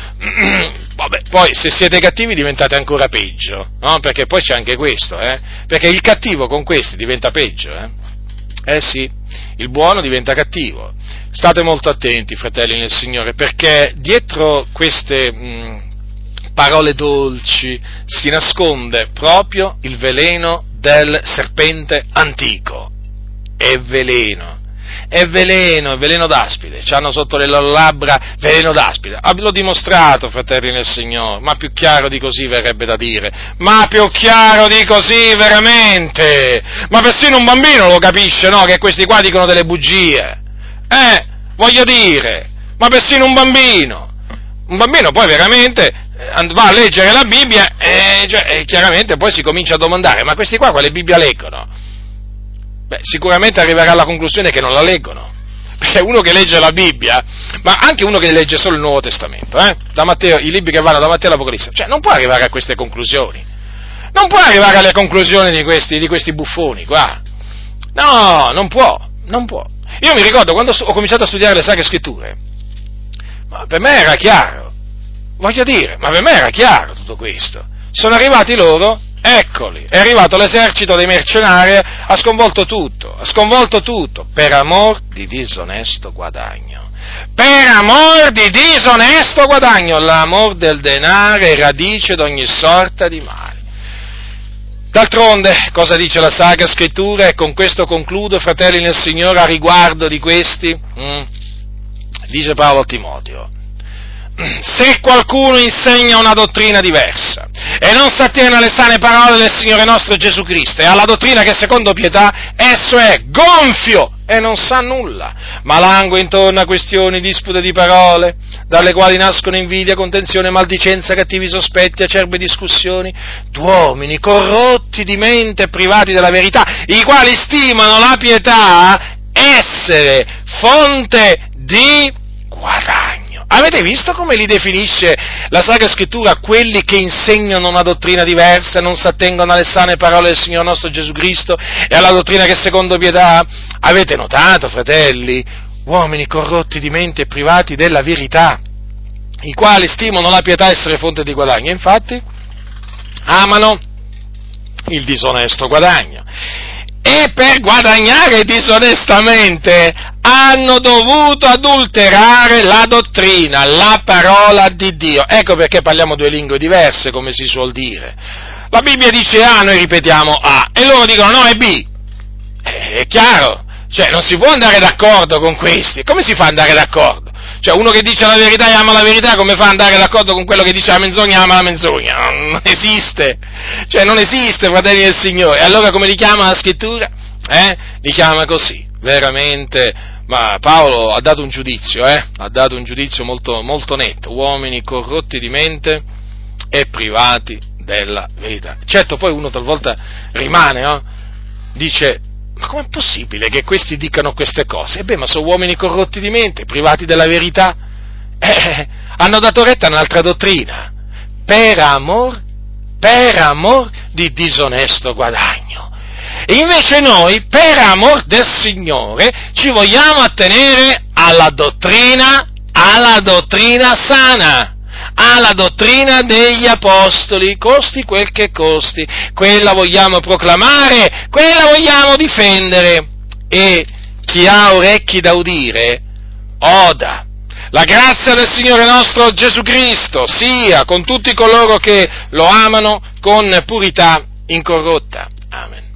Vabbè, poi se siete cattivi diventate ancora peggio, no? Perché poi c'è anche questo, eh? Perché il cattivo con questi diventa peggio, eh? Eh sì, il buono diventa cattivo. State molto attenti, fratelli nel Signore, perché dietro queste mh, parole dolci si nasconde proprio il veleno del serpente antico. È veleno, è veleno, è veleno d'aspide, c'hanno sotto le loro labbra veleno d'aspide. L'ho dimostrato, fratelli nel Signore, ma più chiaro di così verrebbe da dire, ma più chiaro di così veramente, ma persino un bambino lo capisce, no? Che questi qua dicono delle bugie, eh, voglio dire, ma persino un bambino, un bambino poi veramente va a leggere la Bibbia e, cioè, e chiaramente poi si comincia a domandare, ma questi qua quale Bibbia leggono? Beh, sicuramente arriverà alla conclusione che non la leggono, perché uno che legge la Bibbia, ma anche uno che legge solo il Nuovo Testamento, eh, da Matteo, i libri che vanno da Matteo all'Apocalisse, cioè non può arrivare a queste conclusioni, non può arrivare alle conclusioni di questi, di questi buffoni qua, no, non può, non può. Io mi ricordo quando ho cominciato a studiare le Sacre Scritture, ma per me era chiaro, voglio dire, ma per me era chiaro tutto questo. Sono arrivati loro, eccoli, è arrivato l'esercito dei mercenari, ha sconvolto tutto, ha sconvolto tutto, per amor di disonesto guadagno. Per amor di disonesto guadagno, l'amor del denaro è radice di ogni sorta di male. D'altronde, cosa dice la Sacra Scrittura? E con questo concludo, fratelli nel Signore, a riguardo di questi, mm, dice Paolo a Timoteo: se qualcuno insegna una dottrina diversa e non s'attiene alle sane parole del Signore nostro Gesù Cristo e alla dottrina che secondo pietà, esso è gonfio e non sa nulla, ma langue intorno a questioni, dispute di parole, dalle quali nascono invidia, contenzione, maldicenza, cattivi sospetti, acerbe discussioni, d'uomini corrotti di mente e privati della verità, i quali stimano la pietà essere fonte di guadagno. Avete visto come li definisce la Sacra Scrittura quelli che insegnano una dottrina diversa e non si attengono alle sane parole del Signore nostro Gesù Cristo e alla dottrina che secondo pietà? Avete notato, fratelli? Uomini corrotti di mente e privati della verità, i quali stimano la pietà essere fonte di guadagno, e infatti amano il disonesto guadagno. E per guadagnare disonestamente hanno dovuto adulterare la dottrina, la parola di Dio. Ecco perché parliamo due lingue diverse, come si suol dire. La Bibbia dice A, noi ripetiamo A, e loro dicono no, è B. È chiaro, cioè non si può andare d'accordo con questi. Come si fa ad andare d'accordo? Cioè uno che dice la verità e ama la verità, come fa ad andare d'accordo con quello che dice la menzogna e ama la menzogna? Non esiste, cioè non esiste, fratelli del Signore. E allora come li chiama la Scrittura? Eh? Li chiama così, veramente, ma Paolo ha dato un giudizio, eh? Ha dato un giudizio molto, molto netto, uomini corrotti di mente e privati della verità. Certo, poi uno talvolta rimane, no? Dice: ma com'è possibile che questi dicano queste cose? E beh, ma sono uomini corrotti di mente, privati della verità, eh, hanno dato retta a un'altra dottrina, per amor, per amor di disonesto guadagno. E invece noi, per amor del Signore, ci vogliamo attenere alla dottrina, alla dottrina sana, alla dottrina degli apostoli, costi quel che costi, quella vogliamo proclamare, quella vogliamo difendere, e chi ha orecchi da udire, oda. La grazia del Signore nostro Gesù Cristo sia con tutti coloro che lo amano con purità incorrotta. Amen.